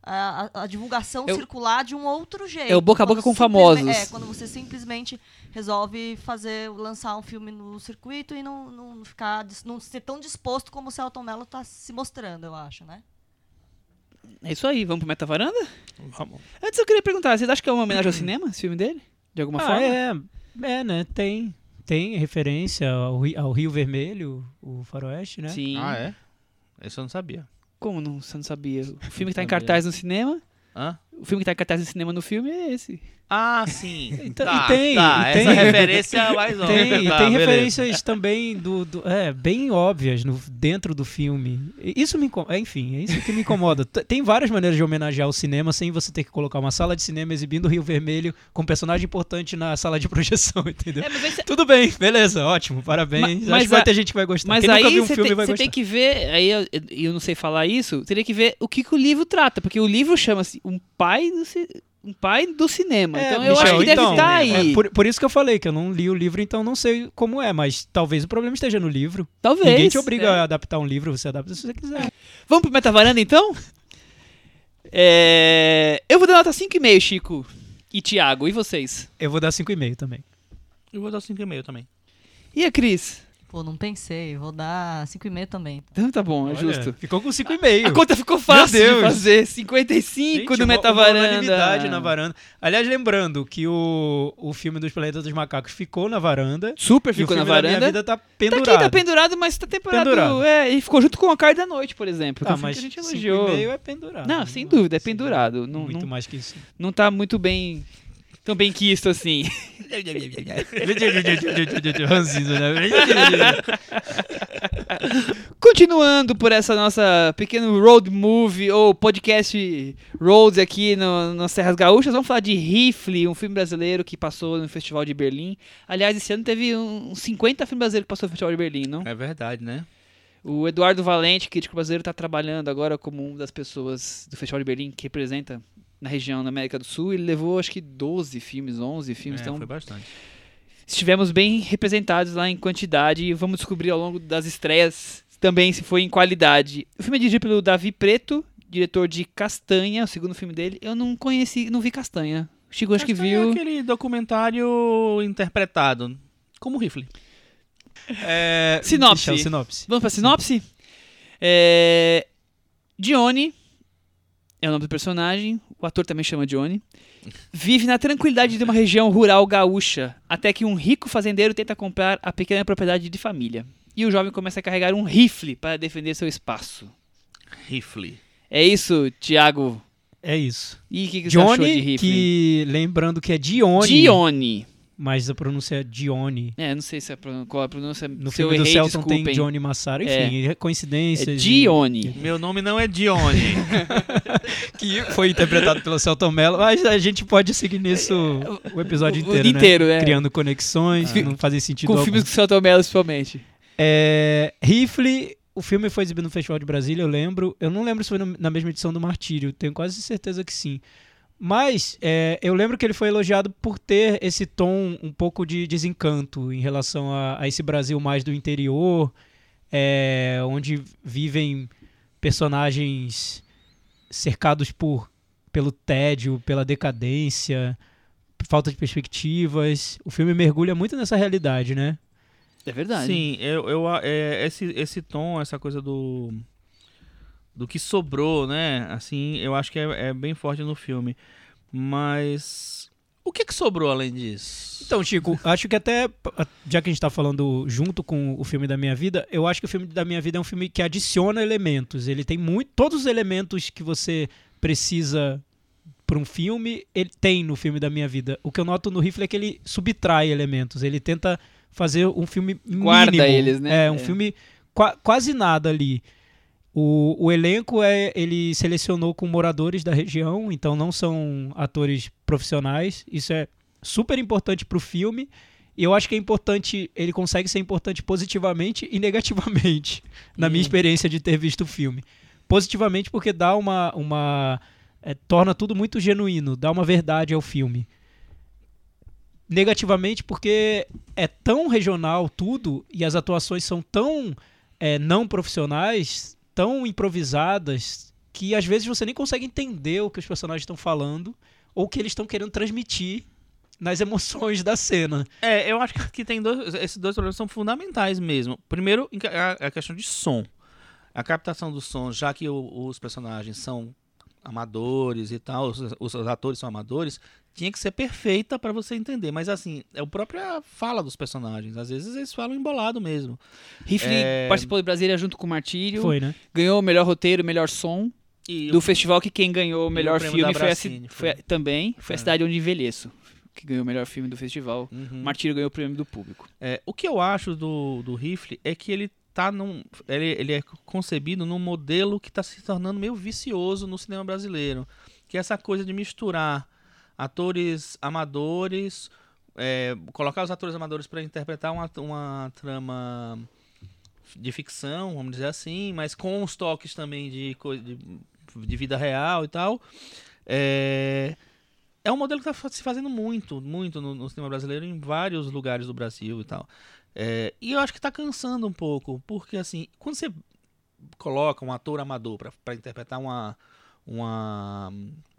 a, a divulgação Eu- circular de um outro jeito. É o boca a boca Quando com simplesmente- famosos. É, quando você simplesmente resolve fazer, lançar um filme no circuito e não, não ficar, dis- não ser tão disposto como o Selton Mello está se mostrando, eu acho, né? É isso aí, vamos pro Meta Varanda? Vamos. Antes eu queria perguntar, vocês acham que é uma homenagem ao cinema, esse filme dele? De alguma Ah, forma? é, é, né? Tem, tem referência ao, Ri- ao Rio Vermelho, o Faroeste, né? Sim. Ah, é? Esse eu não sabia. Como não, você não sabia? O filme que tá em Sabia. cartaz no cinema, Hã? o filme que tá em cartaz no cinema no filme é esse. Ah, sim. Então, tá, e tem, tá. e Essa tem- referência é mais óbvia. Tem, e tá, tem beleza. referências também do, do- é, bem óbvias no, dentro do filme. E Isso me incomoda. Enfim, é isso que me incomoda. T- Tem várias maneiras de homenagear o cinema sem você ter que colocar uma sala de cinema exibindo o Rio Vermelho com um personagem importante na sala de projeção, entendeu? É, mas aí cê- Tudo bem, beleza, ótimo, parabéns. Ma- mas Acho que vai a- ter gente que vai gostar. Mas Quem nunca aí viu um você filme tem, vai você gostar. tem que ver, aí eu, eu não sei falar isso, teria que ver o que, que o livro trata, porque o livro chama-se Um Pai do, ci- um pai do Cinema. É, então eu Michel, acho que deve então, estar aí. é, por, por isso que eu falei que eu não li o livro, então não sei como é, mas talvez o problema esteja no livro. Talvez. Ninguém te obriga é. a adaptar um livro, você adapta se você quiser. Vamos pro Metavaranda então? É, Eu vou dar nota cinco e meio, Chico e Thiago. E vocês? Eu vou dar cinco e meio também. Eu vou dar cinco e meio também. E a Cris? Pô, não pensei. Vou dar cinco e meio também. Então tá bom, é Olha, justo. Ficou com cinco e meio. A conta ficou fácil Meu de Deus. fazer. cinquenta e cinco Gente, no uma- Metavaranda. Uma unanimidade na varanda. Aliás, lembrando que o, o filme dos Planetas dos Macacos ficou na varanda. Super E o ficou na filme da Minha varanda. Vida tá Tá pendurado. aqui, tá pendurado, mas tá temporado. Pendurado. É, e ficou junto com A Cara da Noite, por exemplo. que é Ah, um filme mas que a gente cinco elogiou. e meio é pendurado. Não, sem dúvida, é Sim, pendurado. Não, Muito não, mais que isso. não tá muito bem. Tão bem quisto assim. Ranzinza, né? Continuando por essa nossa pequeno road movie ou podcast roads aqui no, nas Serras Gaúchas, vamos falar de Rifle, um filme brasileiro que passou no Festival de Berlim. Aliás, esse ano teve uns cinquenta filmes brasileiros que passou no Festival de Berlim, não? É verdade, né? O Eduardo Valente, crítico brasileiro, está trabalhando agora como uma das pessoas do Festival de Berlim que representa na região da América do Sul. Ele levou acho que doze filmes, onze filmes, É, então foi bastante. estivemos bem representados lá em quantidade e vamos descobrir ao longo das estreias também se foi em qualidade. O filme é dirigido pelo Davi Preto, diretor de Castanha, o segundo filme dele. Eu não conheci, não vi Castanha. O Chico acho que Essa é viu. aquele documentário interpretado como rifle. É, Sinopse. Michel, sinopse. Vamos pra sinopse? É... Johnny é o nome do personagem, o ator também chama Johnny. Vive na tranquilidade de uma região rural gaúcha, até que um rico fazendeiro tenta comprar a pequena propriedade de família. E o jovem começa a carregar um rifle para defender seu espaço. Rifle. É isso, Thiago. É isso. E o que, que você achou de Johnny, rifle? que lembrando que é Dione, Dione. mas a pronúncia é Dione. É, não sei se é pro- qual a pronúncia. No se eu filme do errei, Celton desculpem. tem Johnny Massaro, enfim, É coincidências. e- Dione. Meu nome não é Dione. Que foi interpretado pelo Celton Mello, mas a gente pode seguir nisso o episódio O- o inteiro, né? inteiro, é. Criando conexões, que não fazem sentido Com algum. filmes que o Celton Mello, principalmente. É, Rifle, o filme foi exibido no Festival de Brasília, eu lembro. Eu não lembro se foi no- na mesma edição do Martírio, tenho quase certeza que sim. Mas é, eu lembro que ele foi elogiado por ter esse tom um pouco de desencanto em relação a, a esse Brasil mais do interior, é, onde vivem personagens cercados por pelo tédio, pela decadência, falta de perspectivas. O filme mergulha muito nessa realidade, né? É verdade. Sim, eu, eu, é, esse, esse tom, essa coisa do do que sobrou, né? Assim, eu acho que é, é bem forte no filme. Mas o que que sobrou além disso? Então, Chico, acho que até, já que a gente tá falando junto com o filme da Minha Vida, eu acho que o filme da Minha Vida é um filme que adiciona elementos. Ele tem muito, todos os elementos que você precisa para um filme, ele tem no filme da Minha Vida. O que eu noto no Rifle é que ele subtrai elementos. Ele tenta fazer um filme Guarda mínimo. eles, né? É, um É. filme qua- quase nada ali. O, o elenco é, ele selecionou com moradores da região, então não são atores profissionais. Isso é super importante pro filme. E eu acho que é importante, ele consegue ser importante positivamente e negativamente, na minha Hum. experiência de ter visto o filme. Positivamente porque dá uma... uma é, torna tudo muito genuíno, dá uma verdade ao filme. Negativamente porque é tão regional tudo e as atuações são tão é, não profissionais, tão improvisadas, que às vezes você nem consegue entender o que os personagens estão falando ou o que eles estão querendo transmitir nas emoções da cena. É, eu acho que, que tem dois, esses dois problemas são fundamentais mesmo. Primeiro, a, a questão de som. A captação do som, já que o, os personagens são amadores e tal, os, os atores são amadores, tinha que ser perfeita para você entender. Mas assim, é a própria fala dos personagens. Às vezes eles falam embolado mesmo. Rifle É... participou de Brasília junto com o Martírio. Foi, né? Ganhou o melhor roteiro, o melhor som. E do o... festival, que quem ganhou o melhor prêmio filme da foi, a, Brasília, foi a- foi. também foi a É. Cidade Onde Envelheço, que ganhou o melhor filme do festival. Uhum. Martírio ganhou o prêmio do público. É, o que eu acho do, do Rifle é que ele tá num, ele, ele é concebido num modelo que está se tornando meio vicioso no cinema brasileiro, que é essa coisa de misturar atores amadores, é, colocar os atores amadores para interpretar uma, uma trama de ficção, vamos dizer assim, mas com os toques também de, coi- de, de vida real e tal. É, é um modelo que está se fazendo muito, muito no, no cinema brasileiro, em vários lugares do Brasil e tal. É, e eu acho que está cansando um pouco, porque assim, quando você coloca um ator amador para interpretar uma... uma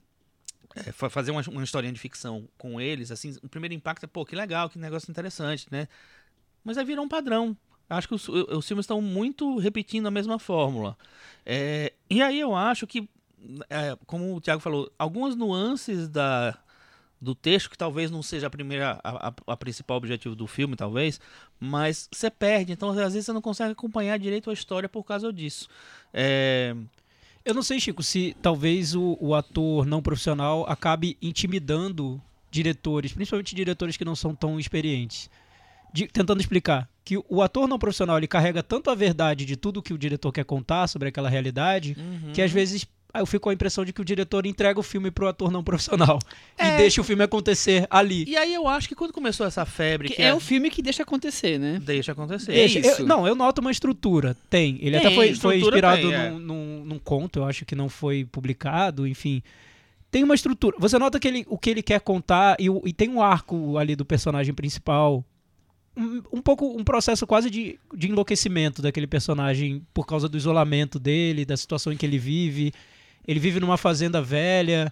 é, fa- fazer uma, uma historinha de ficção com eles, assim, o primeiro impacto é, pô, que legal, que negócio interessante, né? Mas aí virou um padrão. Acho que os, os filmes estão muito repetindo a mesma fórmula. É, e aí eu acho que, é, como o Thiago falou, algumas nuances da, do texto, que talvez não seja a primeira, a, a, a principal objetivo do filme, talvez, mas você perde. Então, às vezes, você não consegue acompanhar direito a história por causa disso. É, Eu não sei, Chico, se talvez o, o ator não profissional acabe intimidando diretores, principalmente diretores que não são tão experientes. De- tentando explicar que o ator não profissional ele carrega tanto a verdade de tudo que o diretor quer contar sobre aquela realidade, uhum. que às vezes eu fico com a impressão de que o diretor entrega o filme pro ator não profissional É. e deixa o filme acontecer ali. E aí eu acho que quando começou essa febre... Que que é a- um filme que deixa acontecer, né? Deixa acontecer. Deixa. Eu- isso. não, eu noto uma estrutura. Tem. Ele Tem, até foi, foi estrutura inspirado tem, é. num, num, num conto, eu acho que não foi publicado, enfim. Tem uma estrutura. Você nota que ele, o que ele quer contar e, o- e tem um arco ali do personagem principal. Um, um pouco um processo quase de, de enlouquecimento daquele personagem por causa do isolamento dele, da situação em que ele vive. Ele vive numa fazenda velha,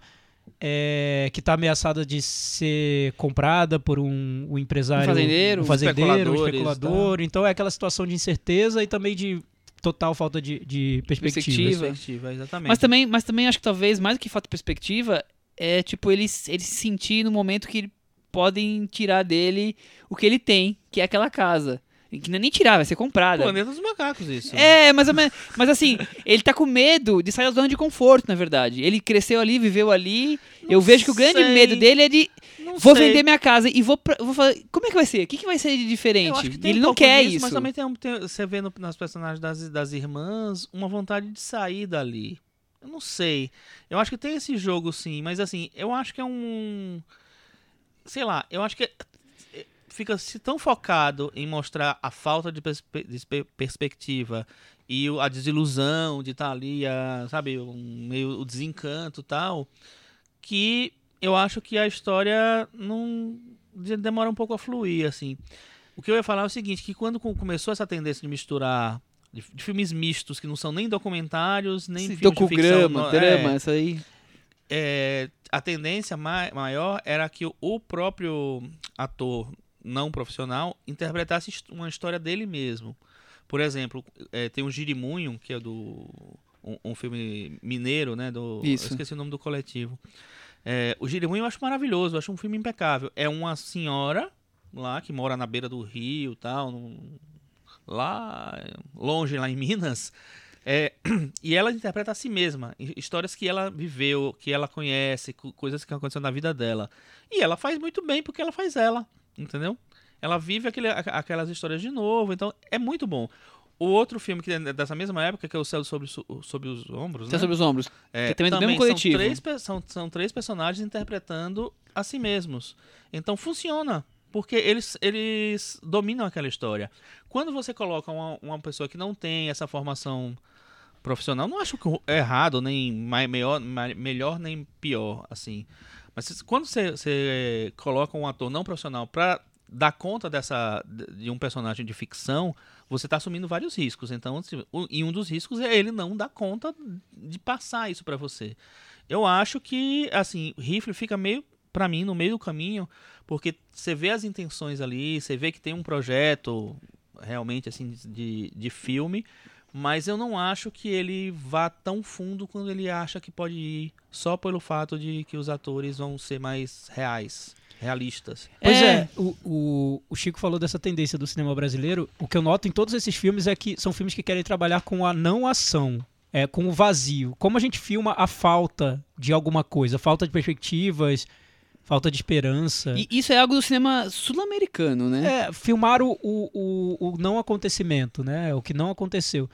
é, que está ameaçada de ser comprada por um, um empresário, Um fazendeiro, um, fazendeiro, um especuladores, especulador. Então é aquela situação de incerteza e também de total falta de, de perspectiva. Perspectiva. Perspectiva, exatamente. Mas também, mas também acho que talvez, mais do que falta de perspectiva, é tipo ele, ele se sentir no momento que podem tirar dele o que ele tem, que é aquela casa. E que não é nem tirar, vai ser comprada. Planeta dos Macacos, isso. É, mais ou menos. Mas assim, ele tá com medo de sair da zona de conforto, na verdade. Ele cresceu ali, viveu ali. Não eu vejo que o grande sei. medo dele é de Não vou sei. vender minha casa e vou, pra, vou fazer. Como é que vai ser? O que, que vai ser de Eu diferente? acho que tem Ele um não pouco quer disso, isso. Mas também tem, um- tem- você vê no- nas personagens das, das irmãs uma vontade de sair dali. Eu não sei. Eu acho que tem esse jogo, sim. Mas assim, eu acho que é um... Sei lá, eu acho que é- fica-se tão focado em mostrar a falta de, perspe- de espe- perspectiva e o- a desilusão de estar ali, a, sabe, um, meio o desencanto e tal, que eu acho que a história não de- demora um pouco a fluir, assim. O que eu ia falar é o seguinte, que quando co- começou essa tendência de misturar de, de filmes mistos, que não são nem documentários, nem Esse filmes de ficção, docograma, no- drama, é, isso aí. é, a tendência ma- maior era que o- o próprio ator não profissional interpretasse his- uma história dele mesmo. Por exemplo, é, tem o Girimunho, que é do um, um filme mineiro, né? Do, Isso. Eu esqueci o nome do coletivo. É, o Girimunho eu acho maravilhoso, eu acho um filme impecável. É uma senhora lá que mora na beira do rio e tal, num- lá longe, lá em Minas. É, e ela interpreta a si mesma, hi- histórias que ela viveu, que ela conhece, co- coisas que aconteceram na vida dela. E ela faz muito bem porque ela faz ela, entendeu? Ela vive aquele, a- aquelas histórias de novo, então é muito bom. O outro filme que é dessa mesma época, que é o Céu sobre, su- sobre os Ombros, Tá né? sobre os ombros. É, que é também do mesmo são coletivo. três, pe- são, são três personagens interpretando a si mesmos. Então funciona, porque eles, eles dominam aquela história. Quando você coloca uma, uma pessoa que não tem essa formação profissional, não acho que é errado, nem mai- melhor, mai- melhor nem pior, assim. Mas se- quando você, você coloca um ator não profissional para dar conta dessa, de um personagem de ficção, você está assumindo vários riscos. Então, e um dos riscos é ele não dar conta de passar isso para você. Eu acho que, assim, Rifle fica meio, para mim, no meio do caminho, porque você vê as intenções ali, você vê que tem um projeto realmente, assim, de, de filme, mas eu não acho que ele vá tão fundo quando ele acha que pode ir, só pelo fato de que os atores vão ser mais reais, realistas. Pois é, É. o, o, o Chico falou dessa tendência do cinema brasileiro. O que eu noto em todos esses filmes é que são filmes que querem trabalhar com a não ação, é, com o vazio. Como a gente filma a falta de alguma coisa, falta de perspectivas, falta de esperança. E isso é algo do cinema sul-americano, né? É, filmar o, o, o, o não acontecimento, né? O que não aconteceu.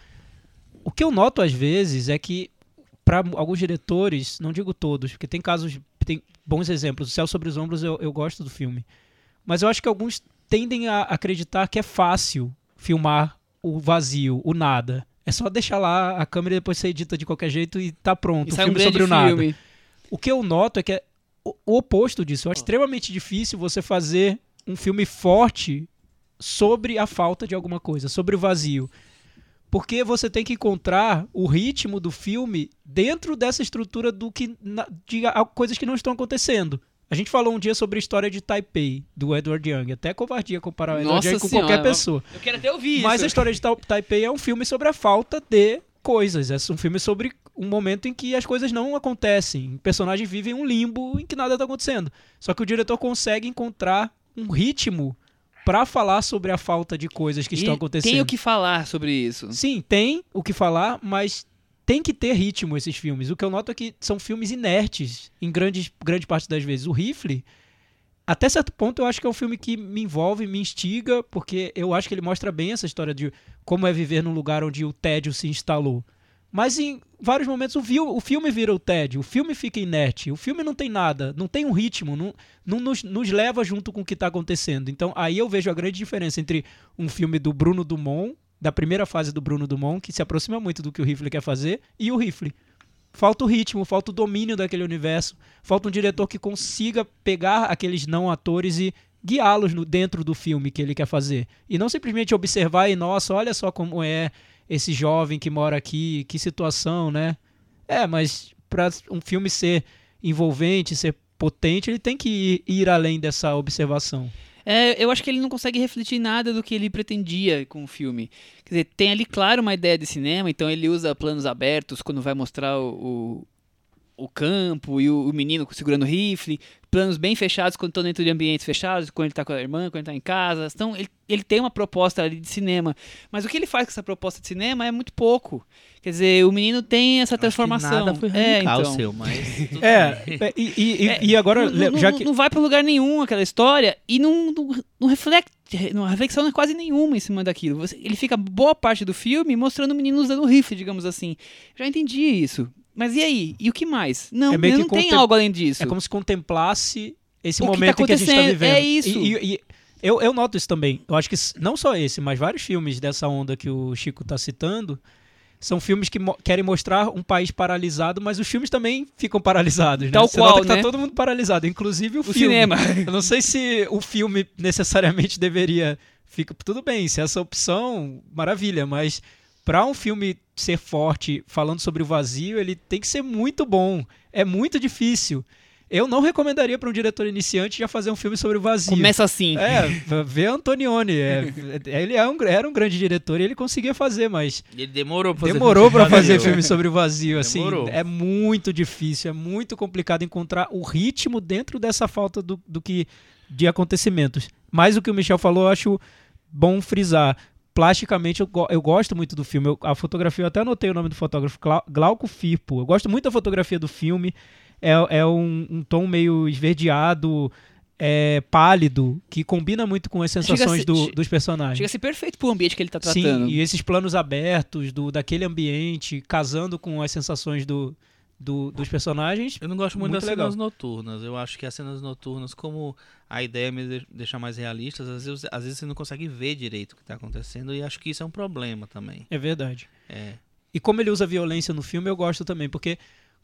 O que eu noto às vezes é que, para alguns diretores, não digo todos, porque tem casos, tem bons exemplos. O Céu sobre os Ombros eu, eu gosto do filme. Mas eu acho que alguns tendem a acreditar que é fácil filmar o vazio, o nada. É só deixar lá a câmera e depois ser edita de qualquer jeito e tá pronto. Isso Um é um filme grande sobre o nada. filme. O que eu noto é que é o o oposto disso. É extremamente difícil você fazer um filme forte sobre a falta de alguma coisa, sobre o vazio. Porque você tem que encontrar o ritmo do filme dentro dessa estrutura do que, na- de a- coisas que não estão acontecendo. A gente falou um dia sobre a história de Taipei, do Edward Young. Até covardia comparar o Edward Nossa Young com senhora, qualquer pessoa. Eu quero até ouvir Mas isso. a história de Ta- Taipei é um filme sobre a falta de coisas. É um filme sobre um momento em que as coisas não acontecem. O personagem vive em um limbo em que nada está acontecendo. Só que o diretor consegue encontrar um ritmo para falar sobre a falta de coisas que E estão acontecendo. tem o que falar sobre isso. Sim, tem o que falar, mas tem que ter ritmo esses filmes. O que eu noto é que são filmes inertes em grandes, grande parte das vezes. O Rifle, até certo ponto, eu acho que é um filme que me envolve, me instiga, porque eu acho que ele mostra bem essa história de como é viver num lugar onde o tédio se instalou. Mas em vários momentos o, vi- o filme vira o tédio, o filme fica inerte, o filme não tem nada, não tem um ritmo, não, não nos, nos leva junto com o que está acontecendo. Então aí eu vejo a grande diferença entre um filme do Bruno Dumont, da primeira fase do Bruno Dumont, que se aproxima muito do que o Rifle quer fazer, e o Rifle. Falta o ritmo, falta o domínio daquele universo, falta um diretor que consiga pegar aqueles não atores e guiá-los no- dentro do filme que ele quer fazer. E não simplesmente observar e, nossa, olha só como é esse jovem que mora aqui, que situação, né? É, mas para um filme ser envolvente, ser potente, ele tem que ir, ir além dessa observação. É, eu acho que ele não consegue refletir nada do que ele pretendia com o filme. Quer dizer, tem ali, claro, uma ideia de cinema, então ele usa planos abertos quando vai mostrar o, o, o campo e o, o menino segurando o rifle, planos bem fechados quando estão dentro de ambientes fechados, quando ele está com a irmã, quando ele está em casa. Então, ele, ele tem uma proposta ali de cinema. Mas o que ele faz com essa proposta de cinema é muito pouco. Quer dizer, o menino tem essa transformação. Nada foi é, radical então. seu, mas tudo É, bem. é, e, e- É, e agora, não, já não- que... não vai pra lugar nenhum aquela história e não, não, não reflete, não, a reflexão não é quase nenhuma em cima daquilo. Você- ele fica boa parte do filme mostrando o menino usando rifle, digamos assim. Já entendi isso. Mas e aí? E o que mais? Não, É meio não que tem contem- algo além disso. É como se contemplasse esse O que momento tá em que a gente está acontecendo, vivendo. é isso. E, e- e eu, eu noto isso também. Eu acho que s- não só esse, mas vários filmes dessa onda que o Chico está citando são filmes que mo- querem mostrar um país paralisado, mas os filmes também ficam paralisados. Né? Tal Você qual, nota que né? tá todo mundo paralisado, inclusive o, O filme. cinema. Eu não sei se o filme necessariamente deveria... Fica, tudo bem, se essa opção, maravilha, mas para um filme ser forte falando sobre o vazio, ele tem que ser muito bom. É muito difícil. Eu não recomendaria para um diretor iniciante já fazer um filme sobre o vazio. Começa assim. É, v- vê Antonioni. É, ele é um, era um grande diretor e ele conseguia fazer, mas Ele demorou pra fazer demorou filme para sobre fazer vazio. filme sobre o vazio. Assim, Demorou. é muito difícil, é muito complicado encontrar o ritmo dentro dessa falta do, do que de acontecimentos. Mas o que o Michel falou, eu acho bom frisar. Plasticamente, eu, go- eu gosto muito do filme. Eu- a fotografia, eu até anotei o nome do fotógrafo, Glau- Glauco Firpo. Eu gosto muito da fotografia do filme. É, é um, um tom meio esverdeado, é, pálido, que combina muito com as Chega a sensações ser- do- che- dos personagens. Chega a ser perfeito pro ambiente que ele tá tratando. Sim, e esses planos abertos do, daquele ambiente, casando com as sensações do, do- dos personagens. Eu não gosto muito, Muito das legal. cenas noturnas. Eu acho que as cenas noturnas, como a ideia é me de- deixar mais realistas, às vezes, às vezes você não consegue ver direito o que está acontecendo, e acho que isso é um problema também. É verdade. É. E como ele usa violência no filme, eu gosto também, porque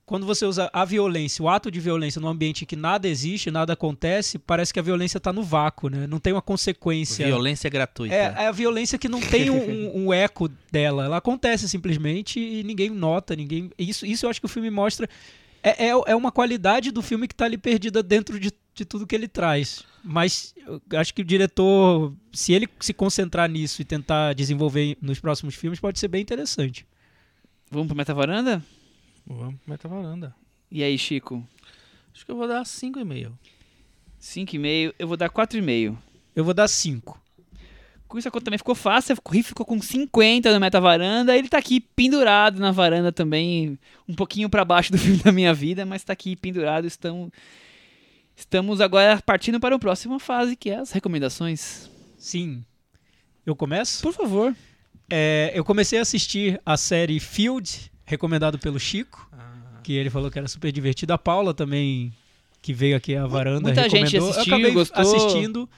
quando você usa a violência, o ato de violência num ambiente em que nada existe, nada acontece, parece que a violência está no vácuo, né? Não tem uma consequência. Violência gratuita. É, é a violência que não tem um, um, um eco dela. Ela acontece simplesmente e ninguém nota, ninguém. Isso, isso eu acho que o filme mostra. É, é, é uma qualidade do filme que está ali perdida dentro de, de tudo que ele traz. Mas eu acho que o diretor, se ele se concentrar nisso e tentar desenvolver nos próximos filmes, pode ser bem interessante. Vamos pro Metavaranda? Vamos pro Metavaranda. E aí, Chico? Acho que eu vou dar cinco e meio. cinco e meio, eu vou dar quatro e meio. Eu vou dar cinco. Com isso a conta também ficou fácil, o Riff ficou com cinquenta no Metavaranda, ele tá aqui pendurado na varanda também, um pouquinho pra baixo do filme da minha vida, mas tá aqui pendurado, estamos, estamos agora partindo para a próxima fase, que é as recomendações. Sim. Eu começo? Por favor. É, eu comecei a assistir a série Field, recomendado pelo Chico, ah. que ele falou que era super divertida. A Paula também, que veio aqui à varanda, Muita recomendou. gente assistiu, eu acabei gostou. assistindo.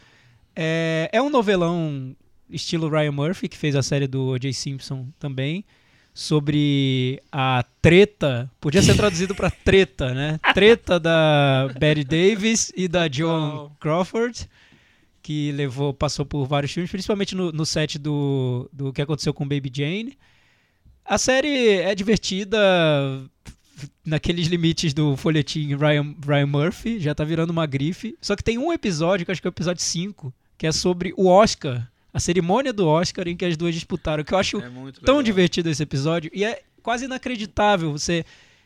É, é um novelão estilo Ryan Murphy, que fez a série do O J Simpson também, sobre a treta, podia ser traduzido para treta, né? Treta da Bette Davis e da Joan Crawford, que levou, passou por vários filmes, principalmente no, no set do, do que aconteceu com Baby Jane. A série é divertida naqueles limites do folhetim Ryan, Ryan Murphy, já tá virando uma grife. Só que tem um episódio, que acho que é o episódio cinco, que é sobre o Oscar, a cerimônia do Oscar em que as duas disputaram, que eu acho é muito tão legal. Divertido esse episódio, e é quase inacreditável você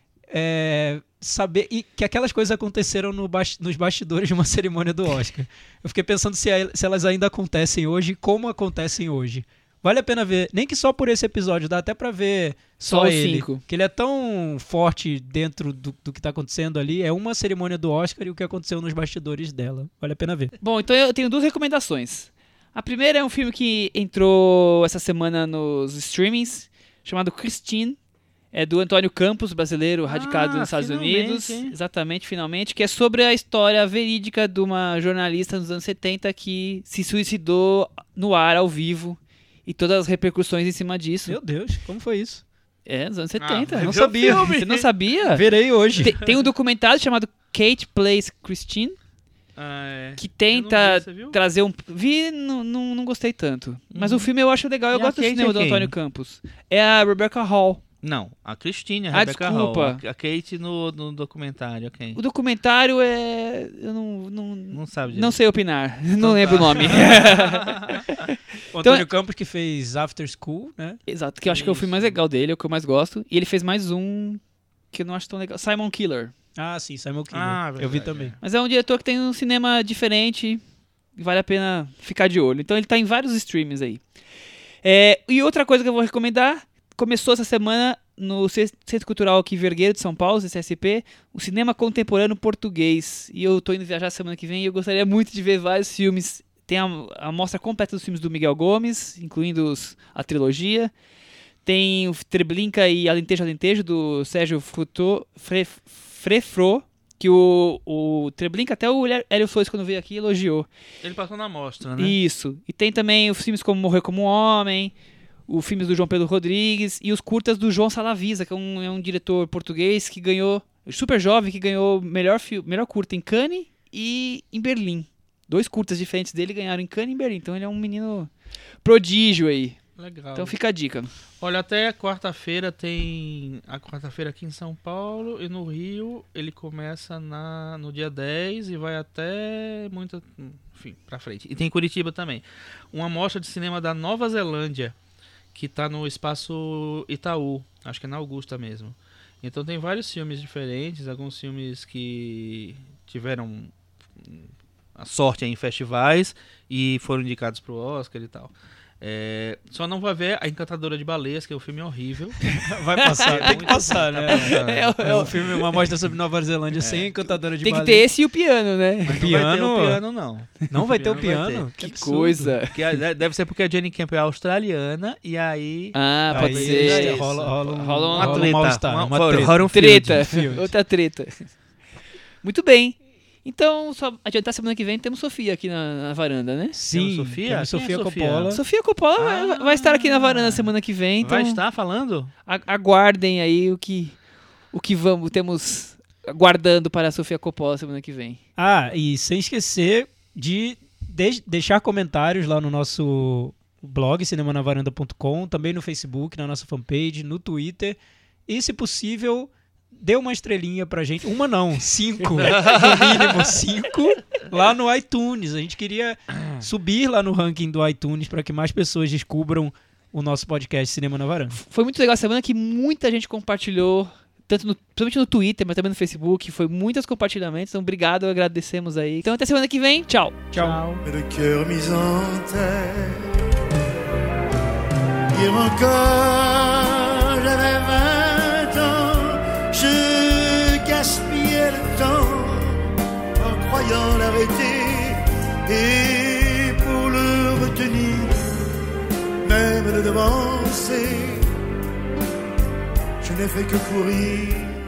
é, saber e que aquelas coisas aconteceram no bas- nos bastidores de uma cerimônia do Oscar. Eu fiquei pensando se, a, se elas ainda acontecem hoje e como acontecem hoje. Vale a pena ver, nem que só por esse episódio, dá até pra ver só, Só os ele. cinco. Que ele é tão forte dentro do, do que tá acontecendo ali. É uma cerimônia do Oscar e o que aconteceu nos bastidores dela. Vale a pena ver. Bom, então eu tenho duas recomendações. A primeira é um filme que entrou essa semana nos streamings, chamado Christine. É do Antônio Campos, brasileiro, radicado Ah, nos Estados finalmente, Unidos. hein? Exatamente, finalmente. Que é sobre a história verídica de uma jornalista nos anos setenta que se suicidou no ar, ao vivo. E todas as repercussões em cima disso. Meu Deus, como foi isso? É, nos anos setenta. mas não viu sabia. o filme? Você não sabia? Verei hoje. Tem, tem um documentário chamado Kate Plays Christine, Ah, é. que Eu tenta não vi, você viu? trazer um... Vi, não, não, não gostei tanto. Mas Uhum. o filme eu acho legal, eu E a gosto do Kate cinema é do quem? Antônio Campos. É a Rebecca Hall. Não, a Christine, a Ah, Rebecca Hall. desculpa. A, a Kate no, no documentário, ok. O documentário é... Eu não... Não, Não sabe disso. não sei opinar. Não Então lembro tá. o nome. O Então- Antônio Campos que fez After School, né? Exato, que eu acho que é o filme mais legal dele, é o que eu mais gosto. E ele fez mais um que eu não acho tão legal. Simon Killer. Ah, sim, Simon Killer. Ah, Eu vi verdade, também. é. Mas é um diretor que tem um cinema diferente e vale a pena ficar de olho. Então ele tá em vários streams aí. É, e outra coisa que eu vou recomendar, começou essa semana no Centro Cultural aqui Vergueiro de São Paulo, C C S P, o Cinema Contemporâneo Português. E eu tô indo viajar semana que vem e eu gostaria muito de ver vários filmes. Tem a, a mostra completa dos filmes do Miguel Gomes, incluindo os, a trilogia. Tem o Treblinka e Alentejo Alentejo, do Sérgio Fruto, Fre, Frefro, que o, o Treblinka, até o Hélio Flores, quando veio aqui, elogiou. Ele passou na mostra, né? Isso. E tem também os filmes como Morrer como um Homem, os filmes do João Pedro Rodrigues e os curtas do João Salavisa, que é um, é um diretor português que ganhou, super jovem, que ganhou melhor, filme, melhor curta em Cannes e em Berlim. Dois curtas diferentes dele ganharam em Cannes e em Berlim. Então ele é um menino prodígio aí. Legal. Então fica a dica. Olha, até quarta-feira tem... A quarta-feira aqui em São Paulo e no Rio ele começa na, no dia dez e vai até muito... Enfim, pra frente. E tem em Curitiba também. Uma mostra de cinema da Nova Zelândia, que tá no Espaço Itaú. Acho que é na Augusta mesmo. Então tem vários filmes diferentes, alguns filmes que tiveram a sorte em festivais e foram indicados pro Oscar e tal. É, só não vai ver A Encantadora de Baleias, que é um filme horrível. Vai passar, tem que Muito- passar, né? tá passando. É, o- É um filme, uma mostra sobre Nova Zelândia sem encantadora de Tem que baleia. ter esse e o piano, né? Mas não vai ter Piano? o piano, não. Não vai ter o Piano vai piano? Que absurdo. coisa. Porque a- deve ser porque a Jenny Camp é australiana e aí... Ah, pode Aí ser. Rola, rola um, Rola uma rola um treta, mal-estar, uma- uma rola- treta. rola um Treta. Field. Outra treta. Muito bem. Então, só adiantar semana que vem, temos Sofia aqui na, na varanda, né? Sim, Temos Sofia? temos Quem é Sofia Sofia? Coppola. Sofia Coppola vai- Ah. vai estar aqui na varanda semana que vem, então Vai estar falando? a- aguardem aí o que, o que vamos, temos guardando para a Sofia Coppola semana que vem. Ah, e sem esquecer de, de deixar comentários lá no nosso blog, cinema na varanda ponto com, também no Facebook, na nossa fanpage, no Twitter. E, se possível, dê uma estrelinha pra gente. Uma não, cinco. No mínimo cinco lá no iTunes. A gente queria subir lá no ranking do iTunes para que mais pessoas descubram o nosso podcast Cinema na Varanda. Foi muito legal a semana que muita gente compartilhou, tanto no, principalmente no Twitter, mas também no Facebook. Foi muitos compartilhamentos, então obrigado, agradecemos aí. Então até semana que vem, tchau. Tchau. Le cœur mis en terre. Hier encore, j'avais vingt ans. Je gaspillais le temps en croyant l'arrêter. Et pour le retenir, même le devancer, je n'ai fait que courir